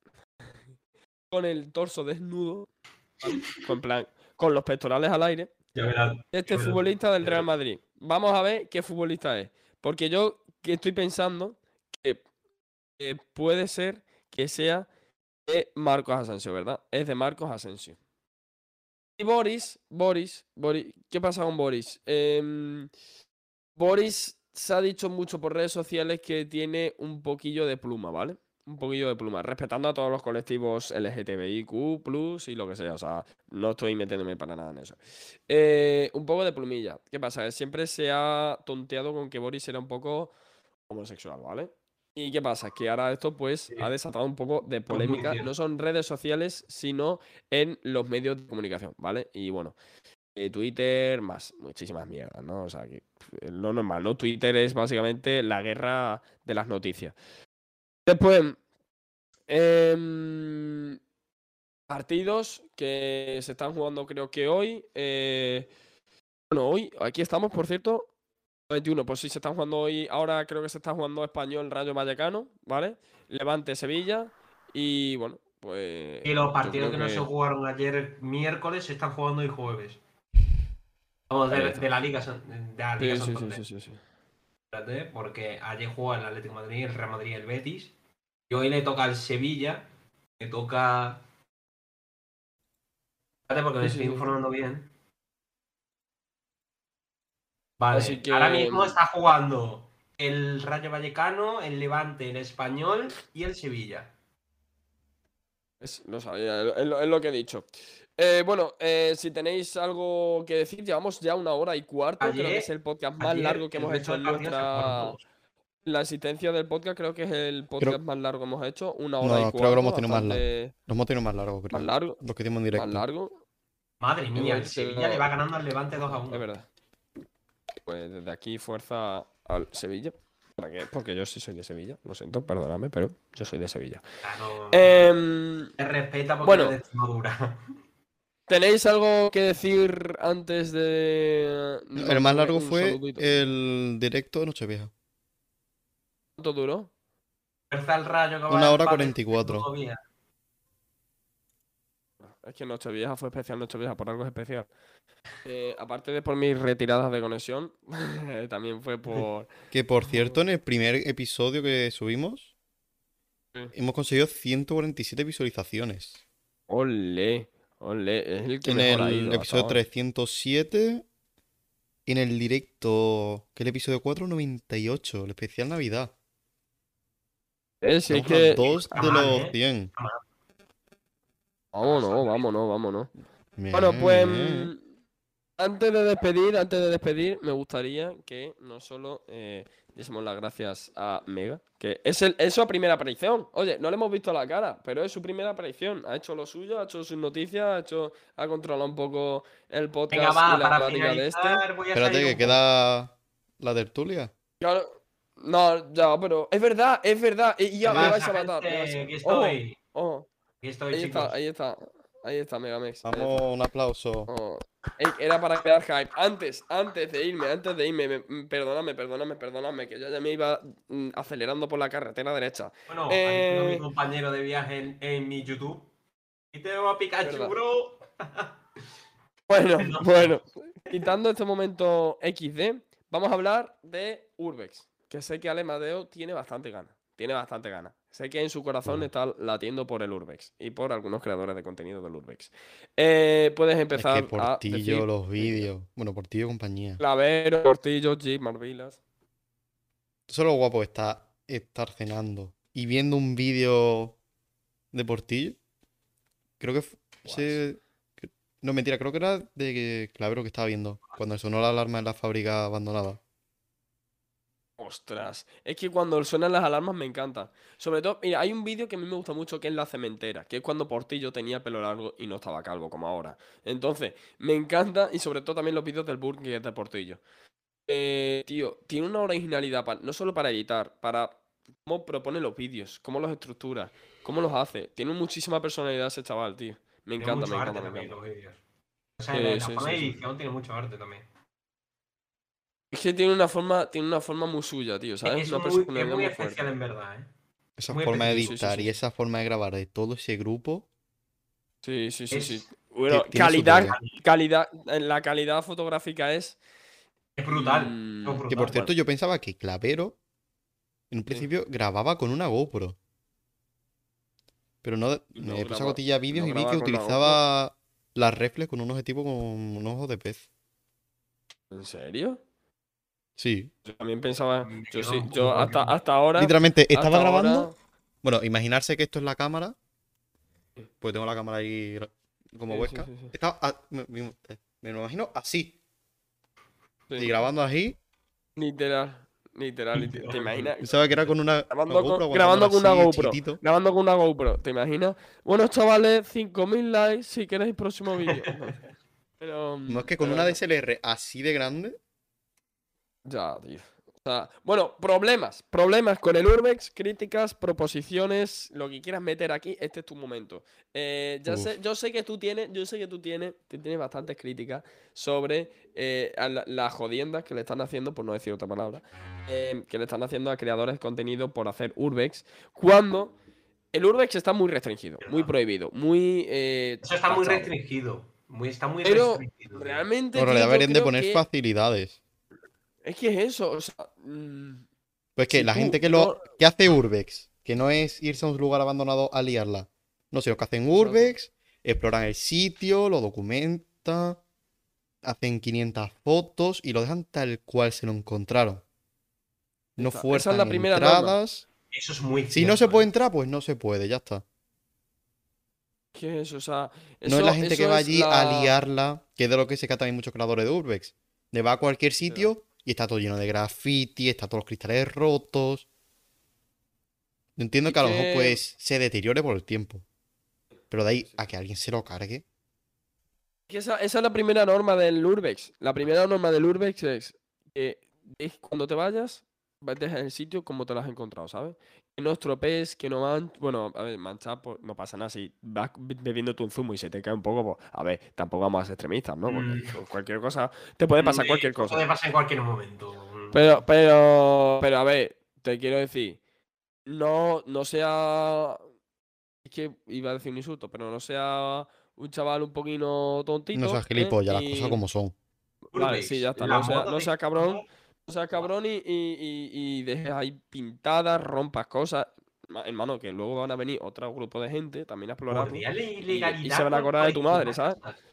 con el torso desnudo, ¿vale? Con plan, con los pectorales al aire. Ya verás. Este Ya verás tú, futbolista del ya Real verás. Madrid. Vamos a ver qué futbolista es. Porque yo que estoy pensando que eh, puede ser que sea de Marcos Asensio, ¿verdad? Es de Marcos Asensio. Y Boris, Boris, Boris, ¿qué pasa con Boris? Em, Boris se ha dicho mucho por redes sociales que tiene un poquillo de pluma, ¿vale? Un poquillo de pluma, respetando a todos los colectivos L G T B I Q plus, y lo que sea. O sea, no estoy metiéndome para nada en eso. Eh, un poco de plumilla. ¿Qué pasa? Que siempre se ha tonteado con que Boris era un poco homosexual, ¿vale? ¿Y qué pasa? Que ahora esto pues ha Sí, desatado un poco de es muy polémica, no cierto. son redes sociales, sino en los medios de comunicación, ¿vale? Y bueno, eh, Twitter, más, muchísimas mierdas, ¿no? O sea, que pf, es lo normal, ¿no? Twitter es básicamente la guerra de las noticias. Después, em, partidos que se están jugando creo que hoy. eh, bueno, hoy, aquí estamos, por cierto. veintiuno, pues sí, se están jugando hoy. Ahora creo que se está jugando Español Rayo Vallecano, ¿vale? Levante Sevilla. Y bueno, pues. Y los yo partidos creo que no se que. jugaron ayer miércoles se están jugando hoy jueves. Vamos, Ahí de, está. de la Liga, San- de la Liga Sí, sí, sí, Santander. sí, sí, sí. Espérate, porque ayer jugó el Atlético de Madrid, el Real Madrid y el Betis. Y hoy le toca al Sevilla. Le toca. Espérate, porque me Sí, sí, estoy sí, sí. informando bien. Vale, Así que. ahora mismo está jugando el Rayo Vallecano, el Levante, el Español y el Sevilla. Es, lo sabía, es lo, es lo que he dicho. Eh, bueno, eh, si tenéis algo que decir, llevamos ya una hora y cuarto. Creo que es Ayer, el podcast más ayer largo que el hemos resto hecho de en partidos se jugaron nuestra. todos. La existencia del podcast, creo que es el podcast Creo- más largo que hemos hecho. Una hora y No, cuarto. creo que lo hemos tenido más largo. bastante Lo hemos tenido más largo, creo. más largo. Los que hicimos en Más directo. largo. Madre mía, Hemos el hecho- Sevilla le va ganando al Levante dos a uno. Es verdad. Pues desde aquí, fuerza al Sevilla. ¿Para qué? Porque yo sí soy de Sevilla. Lo siento, perdóname, pero yo soy de Sevilla. Ah, no, Em, te respeta porque bueno. eres de Extremadura. ¿Tenéis algo que decir antes de. El más largo un fue saludito? el directo de Nochevieja. ¿Cuánto duró? Fuerza al Rayo que va Una a hora empate cuarenta y cuatro. todavía. Es que Nochevieja fue especial, Nochevieja, por algo especial. Eh, aparte de por mis retiradas de conexión, también fue por. Que por cierto, en el primer episodio que subimos, Sí. hemos conseguido ciento cuarenta y siete visualizaciones. Ole, ole, es el que En mejor ha el ido hasta episodio ahora. trescientos siete. Y en el directo, que es el episodio cuatro, noventa y ocho, el especial Navidad. Eh, sí, es Estamos a que. dos Está de mal, los ¿eh? cien. Vámonos, vámonos, vámonos. Bueno, pues. Bien. mm, Antes de despedir, antes de despedir, me gustaría que no solo eh, diésemos las gracias a Mega, que es, el, es su primera aparición. Oye, no le hemos visto la cara, pero es su primera aparición. Ha hecho lo suyo, ha hecho sus noticias, ha hecho, ha controlado un poco el Venga, podcast va, y la para temática de este. finalizar voy a Espérate, salir que un queda la tertulia. Claro, no, ya, pero es verdad, es verdad. Y, y ya, ¿Qué me pasa, vais a matar. me gente? vais a- Aquí Ojo, estoy. ojo, Aquí estoy, ahí chicos. está, ahí está, ahí está Megamex. ahí está. Vamos, un aplauso. Oh, ey, era para crear hype. Antes, antes de irme, antes de irme, me- mm, perdóname, perdóname, perdóname, que yo ya me iba mm, acelerando por la carretera derecha. Bueno, aquí tengo a mi Eh, compañero de viaje en, en mi YouTube. Y tengo a Pikachu, Verdad. bro. Bueno, Perdón. bueno, quitando este momento equis de, vamos a hablar de Urbex, que sé que Alemadeo tiene bastante ganas, tiene bastante ganas. Sé que en su corazón Mm. está latiendo por el Urbex y por algunos creadores de contenido del Urbex. Eh, puedes Es empezar que a Portillo, decir los vídeos. Bueno, Portillo y compañía. Clavero, Portillo, Jeep, Marvilas. Eso es lo guapo que está estar cenando y viendo un vídeo de Portillo. Creo que fu- Guas. se- que- no, mentira, creo que era de que- Clavero que estaba viendo cuando sonó la alarma en la fábrica abandonada. Ostras, es que cuando suenan las alarmas me encanta. Sobre todo, mira, hay un vídeo que a mí me gusta mucho que es La Cementera, que es cuando Portillo tenía pelo largo y no estaba calvo como ahora. Entonces, me encanta y sobre todo también los vídeos del Burger que es de Portillo. Eh, tío, tiene una originalidad, pa- no solo para editar, para cómo propone los vídeos, cómo los estructura, cómo los hace. Tiene muchísima personalidad ese chaval, tío. Me Tiene encanta, mucho me arte encanta, me también encanta. los vídeos. O sea, Sí, la, la sí, forma sí, de sí. edición tiene mucho arte también. Es que tiene una forma, tiene una forma muy suya, tío, ¿sabes? Es, una muy, es personalidad muy muy fuerte. especial en verdad, ¿eh? Esa Muy forma de específico. Sí, sí, editar sí. y esa forma de grabar de todo ese grupo. Sí, sí, sí, Es- sí. Bueno, tiene su calidad, toque. calidad, eh, la calidad fotográfica es. Es brutal. Mm, es Que brutal. por cierto, yo pensaba que Clavero en un principio grababa con una GoPro. Pero no, Y no me puse a graba- cotillar vídeos no y vi graba que con la utilizaba las reflex con un objetivo con un ojo de pez. ¿En serio? Sí. Yo también pensaba. Me Yo quedo sí, un yo poco hasta, loco. hasta ahora. Literalmente estaba hasta grabando. ahora- Bueno, imaginarse que esto es la cámara. Pues tengo la cámara ahí gra- como Sí, sí, huesca. sí, sí. Estaba a- me, me- me lo imagino así. Sí. Y grabando así. Literal. Literal, literal. ¿Te imaginas? Pensaba que era con una, Grabando una con, GoPro, grabando con una aguantándola así, GoPro. chiquitito. Grabando con una GoPro, ¿te imaginas? Bueno, chavales, cinco mil likes si queréis próximo vídeo. Pero. No es que con pero una eso. D S L R así de grande. Ya, tío. O sea, bueno, problemas. Problemas con el Urbex, críticas, proposiciones, lo que quieras meter aquí, este es tu momento. Eh, ya sé, yo sé que tú tienes, yo sé que tú tienes, tú tienes bastantes críticas sobre eh, a la- las jodiendas que le están haciendo, por no decir otra palabra, eh, que le están haciendo a creadores de contenido por hacer Urbex, cuando el Urbex está muy restringido, muy prohibido, muy eh, Eso está muy tachado. restringido. Muy, está muy Pero restringido. tío. realmente, En tío, realidad yo deberían de creo poner que facilidades. es que es eso, o sea, mm, Pues que si la tú gente que no- lo que hace Urbex, que no es irse a un lugar abandonado a liarla. No sé, los que hacen Urbex, exploran el sitio, lo documentan, hacen quinientas fotos y lo dejan tal cual se lo encontraron. No Esa- esa es fuerzan la primera norma. entradas. Eso es muy Si no cierto, se puede ¿eh? entrar, pues no se puede, ya está. ¿Qué es eso? O sea, No es la eso, gente eso que va es allí a la... liarla, que es de lo que se cata también muchos creadores de Urbex. De va a cualquier sitio y está todo lleno de graffiti, está todos los cristales rotos. Yo entiendo Y que a lo mejor que- pues se deteriore por el tiempo. Pero de ahí a que alguien se lo cargue. que esa, esa es la primera norma del Urbex. La primera norma del Urbex es que es cuando te vayas, dejas el sitio como te lo has encontrado, ¿sabes? Que no estropees, que no manches. Bueno, a ver, manchar pues, no pasa nada. Si vas bebiéndote un zumo y se te cae un poco, pues, a ver, tampoco vamos a ser extremistas, ¿no? Porque Mm. pues, cualquier cosa, te puede pasar Mm, cualquier eso cosa. puede pasar en cualquier momento. Mm. Pero, pero, pero, a ver, te quiero decir, no, no sea. Es que iba a decir un insulto, pero no sea un chaval un poquito tontito. No seas ¿eh? gilipollas, las Y- cosas como son. Vale, Urbex, sí, ya está. la No sea, moda no de sea cabrón. explorar- No sea cabrón y, y, y, y dejes ahí pintadas, rompas cosas. Ma- Hermano, que luego van a venir otro grupo de gente también a explorarlo. Mordial e Y, ilegalidad y se van a con acordar de tu madre, coleccionar ¿sabes? casas.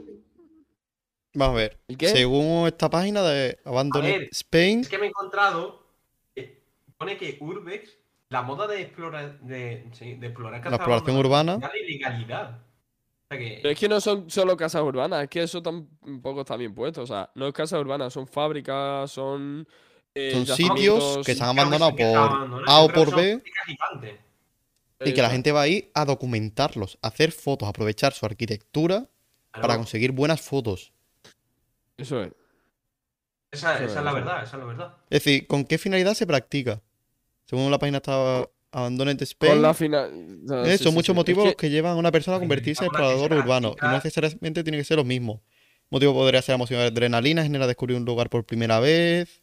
Vamos a ver. ¿Y qué? Según esta página de A Abandoned ver, Spain, es que me he encontrado. eh, Pone que Urbex, la moda de explorar de, sí, de explorar casas exploración abandonadas, urbana. ya de ilegalidad. O sea que, Pero es que no son solo casas urbanas, es que eso tampoco está bien puesto. O sea, no es casas urbanas, son fábricas, son. eh, son sitios yacimientos. que se han creo que sí abandonado que está por abandonado. A Yo o creo que por son B fábricas gigantes. y que la Eso. gente va ahí a documentarlos, a hacer fotos, a aprovechar su arquitectura para Claro, conseguir buenas fotos. Eso es. esa, eso esa es es, la eso es. verdad, esa es la verdad. Es decir, ¿con qué finalidad se practica? Según la página está Abandoned Spain, Con la final. o sea, eh, sí, son sí, muchos sí. Es motivos los que- que llevan a una persona a convertirse en Alguna que explorador se urbano y no practica- necesariamente tiene que ser lo mismo. Motivo podría ser la emoción de adrenalina, generar descubrir un lugar por primera vez,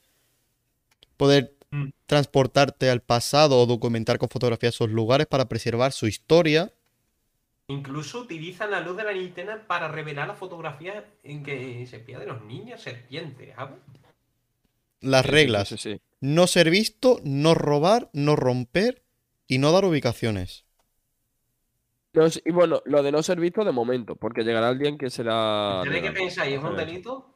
poder Mm. transportarte al pasado o documentar con fotografía esos lugares para preservar su historia. Incluso utilizan la luz de la linterna para revelar la fotografía en que se pilla de los niños serpientes, ¿sabes? Las sí, sí, reglas: sí, sí, sí. no ser visto, no robar, no romper y no dar ubicaciones. No es- y bueno, lo de no ser visto de momento, porque llegará el día en que será. ¿Ustedes qué legal pensáis? ¿Es un hacer esto. delito?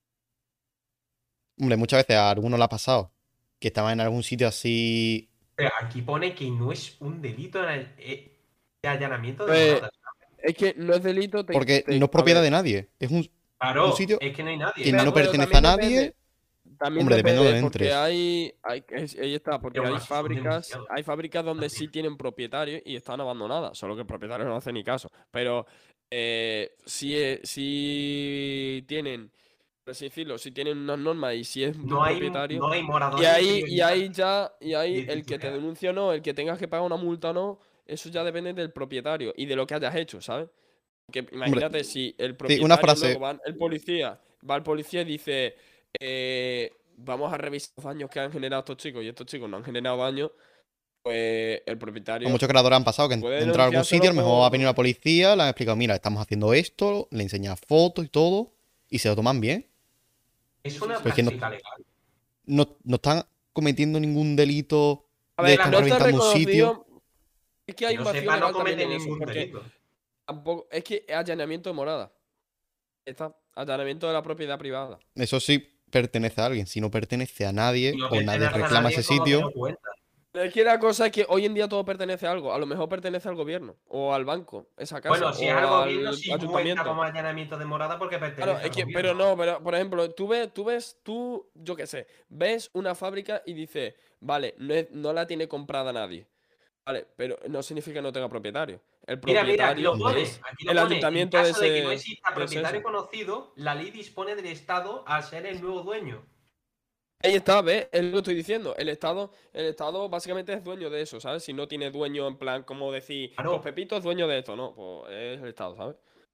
Hombre, muchas veces a alguno le ha pasado que estaba en algún sitio así. Pero aquí pone que no es un delito de eh, de allanamiento de Pues, morada. Es que no es delito. te- Porque te- no es a propiedad ver, de nadie. Es un, Claro, un sitio es que no hay nadie. que pero- no pero pertenece a también nadie. depende- También Hombre, depende de depende, dónde porque entres. hay, hay es- ahí está, porque Pero hay aún así son fábricas, demasiados. hay fábricas donde sí También. tienen propietarios y están abandonadas, solo que el propietario no hace ni caso. Pero eh, si, eh, si tienen, por así decirlo, si tienen unas normas y si es de un No hay, propietario, no hay moradores y de ahí, y prioridad. ahí ya, y ahí y el que te titular. denuncie o no, el que tengas que pagar una multa o no, eso ya depende del propietario y de lo que hayas hecho, ¿sabes? Porque imagínate si el propietario una frase- luego va el policía, va el policía y dice eh, vamos a revisar los daños que han generado estos chicos y estos chicos no han generado daño, pues el propietario A muchos creadores han pasado que han puede entrado a algún denunciárselo sitio, a lo mejor ha por- venido la policía, le han explicado, mira, estamos haciendo esto, le enseñan fotos y todo, y se lo toman bien. Es una Pues que no- práctica legal. No, no están cometiendo ningún delito A de ver, estar no está reventando un sitio. reconocido. Es que hay Que un no vacío sepa, no legal también comete en eso, ningún porque delito. tampoco es que es allanamiento de morada. Está allanamiento de la propiedad privada. Eso sí pertenece a alguien. Si no pertenece a nadie Si no o nadie pertenece a reclama nadie, ese ¿cómo que sitio, no cuenta? Es que la cosa es que hoy en día todo pertenece a algo. A lo mejor pertenece al gobierno o al banco, esa casa. Bueno, si es o algo al gobierno, sí cuenta ayuntamiento. como allanamiento de morada porque pertenece Claro, es al que, gobierno. pero no, pero por ejemplo, tú ves, tú ves, tú, yo qué sé, ves una fábrica y dices, vale, no, es- no la tiene comprada nadie. Vale, pero no significa que no tenga propietario. El Mira, mira, aquí propietario lo pone. es Aquí lo el pone. ayuntamiento En de caso de, que no ese- exista de ese propietario eso. conocido, la ley dispone del Estado al ser el nuevo dueño. Ahí está, ¿ves? Es lo que estoy diciendo. El Estado, el Estado básicamente es dueño de eso, ¿sabes? Si no tiene dueño en plan, como decir, Claro. pues Pepito es dueño de esto, no, pues es el Estado, ¿sabes?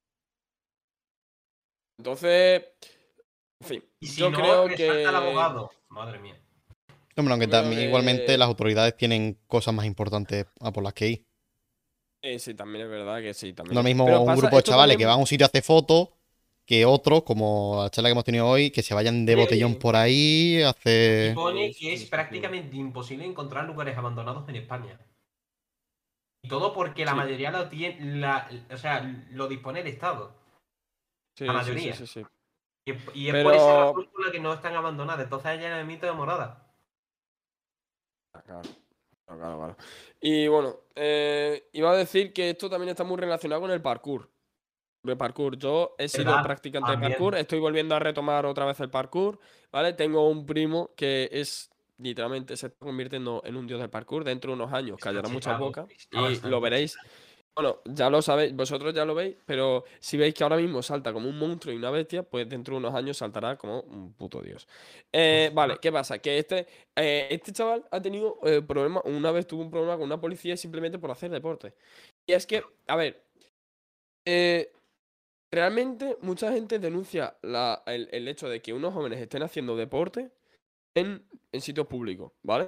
Entonces, en fin, Y si yo no, creo le que... salta el abogado. Madre mía. Hombre, aunque creo también que- igualmente las autoridades tienen cosas más importantes a por las que ir. Eh, sí, también es verdad que sí, también. No es lo mismo Pero un pasa- grupo de esto chavales que también- van a un sitio a hacer fotos que otros, como la charla que hemos tenido hoy, que se vayan de Oye, botellón oye. por ahí, a Y hacer... pone Sí, que sí, es sí, sí. prácticamente imposible encontrar lugares abandonados en España. Y todo porque la Sí. mayoría lo tiene, la, o sea, lo dispone el Estado. Sí, La sí, mayoría. sí, sí, sí. Y, y es Pero- por esa razón por la que no están abandonadas. Entonces hay llenamiento de morada. Claro, claro, claro, claro. Y bueno, eh, iba a decir que esto también está muy relacionado con el parkour. De parkour. Yo he sido ¿Verdad? practicante de También. parkour, estoy volviendo a retomar otra vez el parkour, ¿vale? Tengo un primo que es, literalmente, se está convirtiendo en un dios del parkour. Dentro de unos años Está callará muchas chetado, bocas está y bastante lo veréis. Bueno, ya lo sabéis, vosotros ya lo veis, pero si veis que ahora mismo salta como un monstruo y una bestia, pues dentro de unos años saltará como un puto dios. Eh, vale, ¿qué pasa? Que este, eh, este chaval ha tenido eh, problemas, una vez tuvo un problema con una policía simplemente por hacer deporte. Y es que, a ver, eh, realmente mucha gente denuncia la- el, el hecho de que unos jóvenes estén haciendo deporte en, en sitios públicos, ¿vale?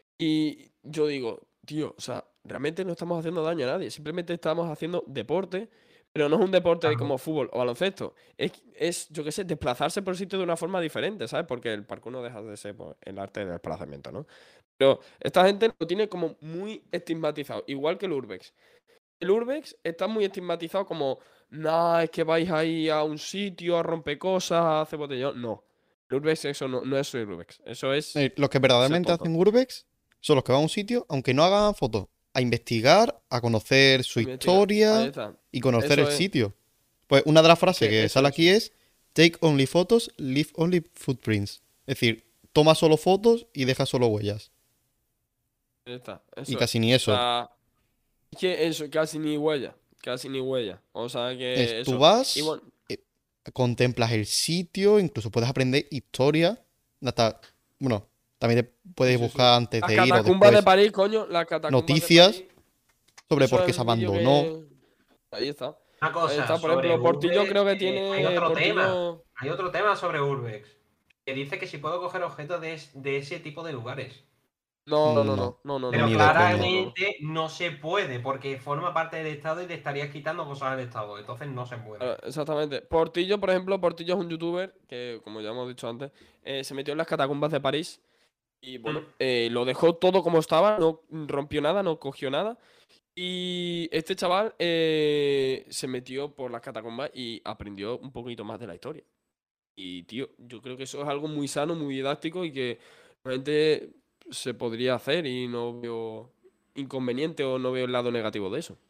Y yo digo, tío, o sea, realmente no estamos haciendo daño a nadie, simplemente estamos haciendo deporte, pero no es un deporte Claro. como fútbol o baloncesto, es, es, yo qué sé, desplazarse por el sitio de una forma diferente, ¿sabes? Porque el parkour no deja de ser pues, el arte del desplazamiento, ¿no? Pero esta gente lo tiene como muy estigmatizado, igual que el Urbex. El Urbex está muy estigmatizado como, nah, es que vais ahí a un sitio a romper cosas, a hacer botellón. No, el Urbex eso no, no es el Urbex, eso es Eh, los que ser verdaderamente tonto. hacen urbex son los que van a un sitio, aunque no hagan fotos, a investigar, a conocer su Investiga. Ahí historia está. y conocer Eso el es. sitio. Pues una de las frases Que que eso sale es. aquí es Take only photos, leave only footprints. Es decir, toma solo fotos y deja solo huellas. Ahí está. Y Eso es. casi ni O eso. sea, es que eso, casi ni huella. Casi ni huella. O sea Es, que tú eso. vas, Y bueno, eh, contemplas el sitio, incluso puedes aprender historia. Hasta, bueno, también te puedes sí, sí, sí. buscar antes Las de ir o catacumbas de después París, coño. Las catacumbas de noticias París. sobre Eso por es qué se un vídeo abandonó. que. Ahí está. Una Ahí cosa, está. Por sobre ejemplo, Portillo Urbex, creo que eh, hay tiene. otro tema. Portillo. Hay otro tema sobre Urbex. Que dice que si puedo coger objetos de, es- de ese tipo de lugares. No, no, no, No, no. No, no, Pero no. ni de coña. No, no, no. claramente no se puede, porque forma parte del Estado y le estarías quitando cosas al Estado. Entonces no se puede. Claro, exactamente. Portillo, por ejemplo, Portillo es un youtuber que, como ya hemos dicho antes, eh, se metió en las catacumbas de París y, bueno, Mm. eh, lo dejó todo como estaba, no rompió nada, no cogió nada. Y este chaval eh, se metió por las catacumbas y aprendió un poquito más de la historia. Y, tío, yo creo que eso es algo muy sano, muy didáctico y que realmente se podría hacer y no veo inconveniente o no veo el lado negativo de eso.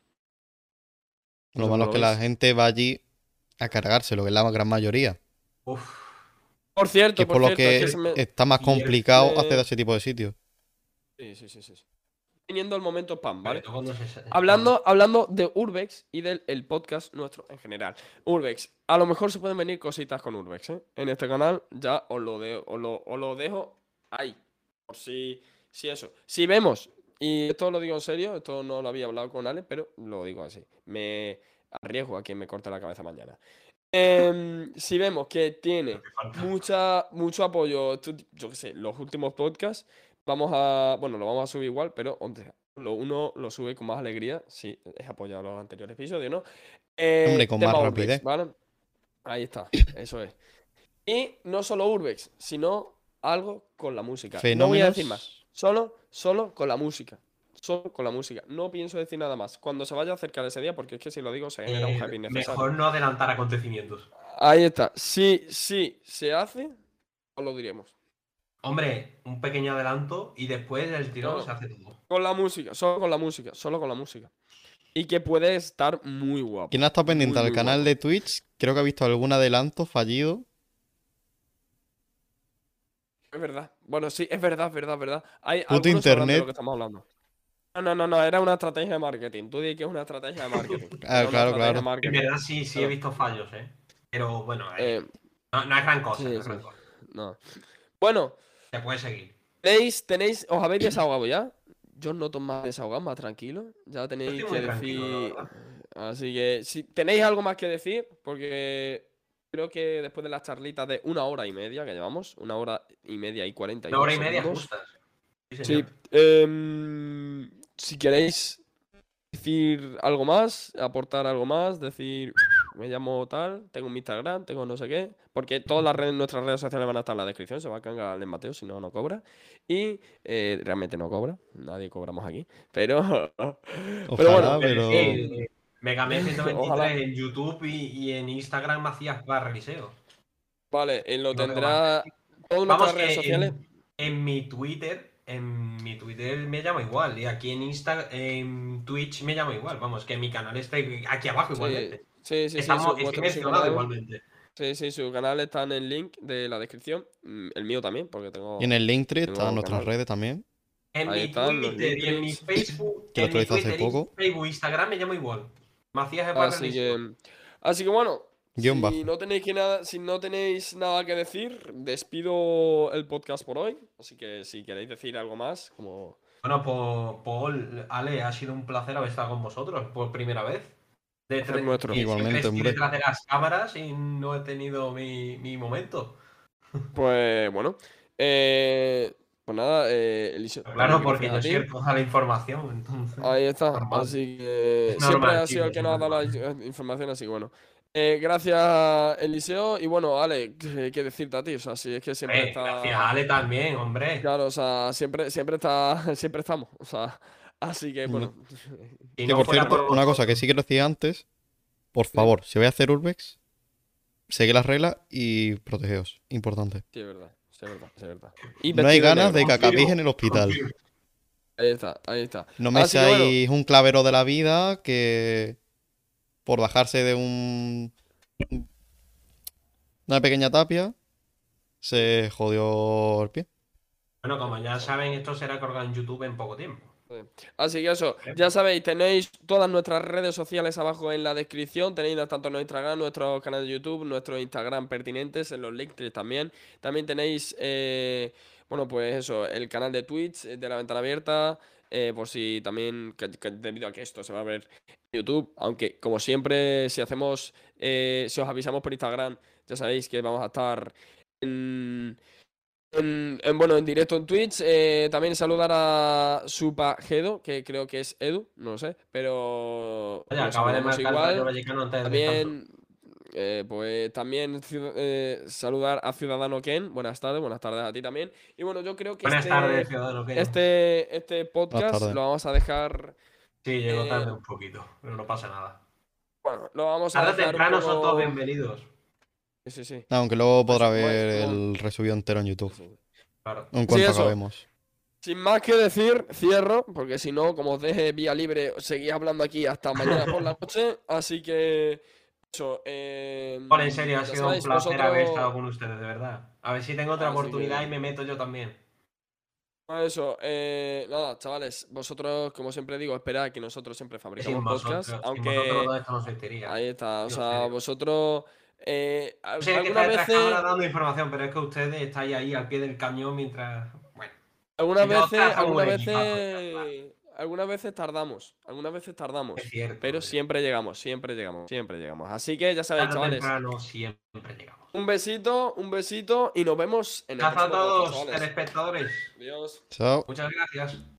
No Lo sé malo cómo es lo que la veis. gente va allí a cargárselo, que es la gran mayoría. Uf. Por Que cierto, es por por lo cierto, es que que se me... está más Y el- complicado me- hacer ese tipo de sitios. Sí, sí, sí, sí. sí. Teniendo el momento spam, Pero ¿vale? tú cuando se- Hablando, hablando de Urbex y del el podcast nuestro en general. Urbex, a lo mejor se pueden venir cositas con Urbex, ¿eh? En este canal ya os lo, de- os lo, os lo dejo ahí. Por si, si eso. Si vemos, y esto lo digo en serio, esto no lo había hablado con Ale, pero lo digo así. Me arriesgo a que me corte la cabeza mañana. Em, si vemos que tiene mucha, mucho apoyo, tu- yo qué sé, los últimos podcasts, vamos a, bueno, lo vamos a subir igual, pero once, lo uno lo sube con más alegría, si es apoyado los anteriores episodios, ¿no? Eh, Hombre, con tema más Urbex, rapidez. ¿vale? Ahí está, eso es. Y no solo Urbex, sino algo con la música. No voy a decir más, Fenómenos. solo, solo con la música. Solo con la música. No pienso decir nada más. Cuando se vaya a acercar ese día, porque es que si lo digo se genera un eh, hype innecesario. mejor no adelantar acontecimientos. Ahí está. Si, si se hace, os lo diremos. Hombre, un pequeño adelanto y después del tirón No. se hace todo. Con la música, solo con la música, solo con la música. Y que puede estar muy guapo. Quien ha estado pendiente muy, al muy canal guapo. de Twitch, creo que ha visto algún adelanto fallido. Es verdad. Bueno, sí, es verdad, es verdad, es verdad. Hay Puto algunos sabrán de lo internet. que estamos hablando. No, no, no, no, era una estrategia de marketing. Tú di que es una estrategia de marketing. Ah, Era una claro, estrategia de claro. En marketing. verdad sí, sí he Claro. visto fallos, ¿eh? Pero bueno, eh, Eh, no, no es gran cosa, sí, no es sí. gran cosa. No. Bueno, te puedes seguir. ¿Tenéis, tenéis, os habéis desahogado ya? Yo os noto más desahogado, más tranquilo. Ya Yo tenéis estoy que muy tranquilo, la decir. verdad. Así que, si tenéis algo más que decir, porque creo que después de las charlitas de una hora y media que llevamos, una hora y media y cuarenta y Una dos hora y media segundos. justas. Sí, Sí, señor. em, si queréis decir algo más, aportar algo más, decir, me llamo tal, tengo mi Instagram, tengo no sé qué, porque todas las redes, nuestras redes sociales van a estar en la descripción, se va a cargar el Mateo, si no, no cobra. Y eh, realmente no cobra, nadie cobramos aquí, pero, pero Ojalá, bueno, pero. Eh, Megaman ciento ojalá. veintitrés en YouTube y, y en Instagram Macías barra Eliseo. Vale, él lo No tengo más que tendrá decir. todas Vamos nuestras redes que sociales. en, en mi Twitter, en mi Twitter me llamo igual. Y aquí en Insta, en Twitch me llamo igual. Vamos, que mi canal está aquí abajo Sí, igualmente. sí, sí, sí, Estamos, su, estoy vuestro- su mencionado canal. igualmente. Sí, sí, su canal está en el link de la descripción. Mm, El mío también, porque Y tengo, en el Linktree tengo están nuestras canal. redes también, En Ahí mi están los Twitter y en mi Linktree. Facebook, que lo en mi actualizé hace Twitter, y poco. Facebook, Instagram me llamo igual. Macías barra Así Eliseo. que, así que bueno, Guión si bajo. no tenéis que nada, si no tenéis nada que decir, despido el podcast por hoy. Así que si queréis decir algo más, como Bueno, pues Paul, Ale, ha sido un placer haber estado con vosotros por primera vez. De hacer tre- nuestro. que siempre Igualmente, estoy hombre. detrás de las cámaras y no he tenido mi, mi momento. Pues bueno, eh, pues nada, eh, Eliseo, Claro, porque gracias a yo soy ti. el que os da la información, entonces. Ahí está, Normal. así que Es siempre normal, ha sido el chicos, que es nos ha dado la normal. in- información, así que bueno. Eh, gracias, Eliseo, y bueno, Ale, qué qué decirte a ti, o sea, si es que siempre Eh, gracias, está. Ale, también, hombre. Claro, o sea, siempre, siempre está, siempre estamos, o sea, así que bueno. Si Que no por fuera cierto, por una cosa que vosotros. sí quiero decir antes, por Sí. favor, si vais a hacer Urbex, seguid las reglas y protegeos. Importante. Sí, es verdad, sí, es verdad, sí, es verdad. Y No hay vestido de ganas de negro. que acabéis en el Confirmo, hospital. confirmo. Ahí está, ahí está. No me Así que bueno, seáis un clavero de la vida que por bajarse de un una pequeña tapia se jodió el pie. Bueno, como ya saben, esto será colgado en YouTube en poco tiempo. así que eso, ya sabéis, tenéis todas nuestras redes sociales abajo en la descripción, tenéis tanto nuestro Instagram, nuestro canal de YouTube, nuestro Instagram pertinentes, en los links también. También tenéis, eh, bueno, pues eso, el canal de Twitch eh, de La Ventana Abierta, eh, por si también, que- que debido a que esto se va a ver en YouTube, aunque como siempre, si hacemos, eh, si os avisamos por Instagram, ya sabéis que vamos a estar en... En, en, bueno, en directo en Twitch. Eh, también saludar a Supagedo, que creo que es Edu, no lo sé, pero Oye, lo acaba de saludamos marcar el Rayo igual. Vallecano antes del descanso. También, eh, pues también ciu- eh, saludar a Ciudadano Ken. Buenas tardes, buenas tardes a ti también. Y bueno, yo creo que Buenas este, tardes, ciudadano. ¿Qué? este, este Buenas podcast tardes. lo vamos a dejar. Sí, llegó eh, tarde un poquito, pero no pasa nada. bueno, lo vamos a Tarde o dejar un temprano son todos poco. bienvenidos. Sí, sí, sí. Aunque luego podrá Eso, ver bueno, el resubido entero en YouTube. sí. Claro. En Sí, cuanto eso. acabemos. Sin más que decir, cierro, porque si no, como os deje vía libre, seguís hablando aquí hasta mañana por la noche. Así que, eso, eh, Bueno, en serio, ha ya sido un sabéis, placer haber estado vosotros, con ustedes, de verdad. A ver si tengo otra así oportunidad que, y me meto yo también. bueno, eso, eh, nada, chavales, vosotros, como siempre digo, esperad que nosotros siempre Sin fabricamos vosotros, podcasts, sin vosotros aunque todo esto no existiría. ahí está, o En sea, serio. vosotros, eh, Yo al- sé que algunas está detrás veces, cámara dando información, pero es que ustedes estáis ahí al pie del cañón mientras. Bueno. algunas Y nosotros veces, hacemos un algunas equipazo, veces, algunas veces tardamos, algunas veces tardamos, Es cierto. pero hombre. siempre llegamos, siempre llegamos, siempre llegamos. Así que ya sabéis, Tarde o chavales. temprano siempre llegamos. Un besito, un besito y nos vemos en el Gracias a próximo podcast, todos, chavales. telespectadores. Adiós. Chao. Muchas gracias.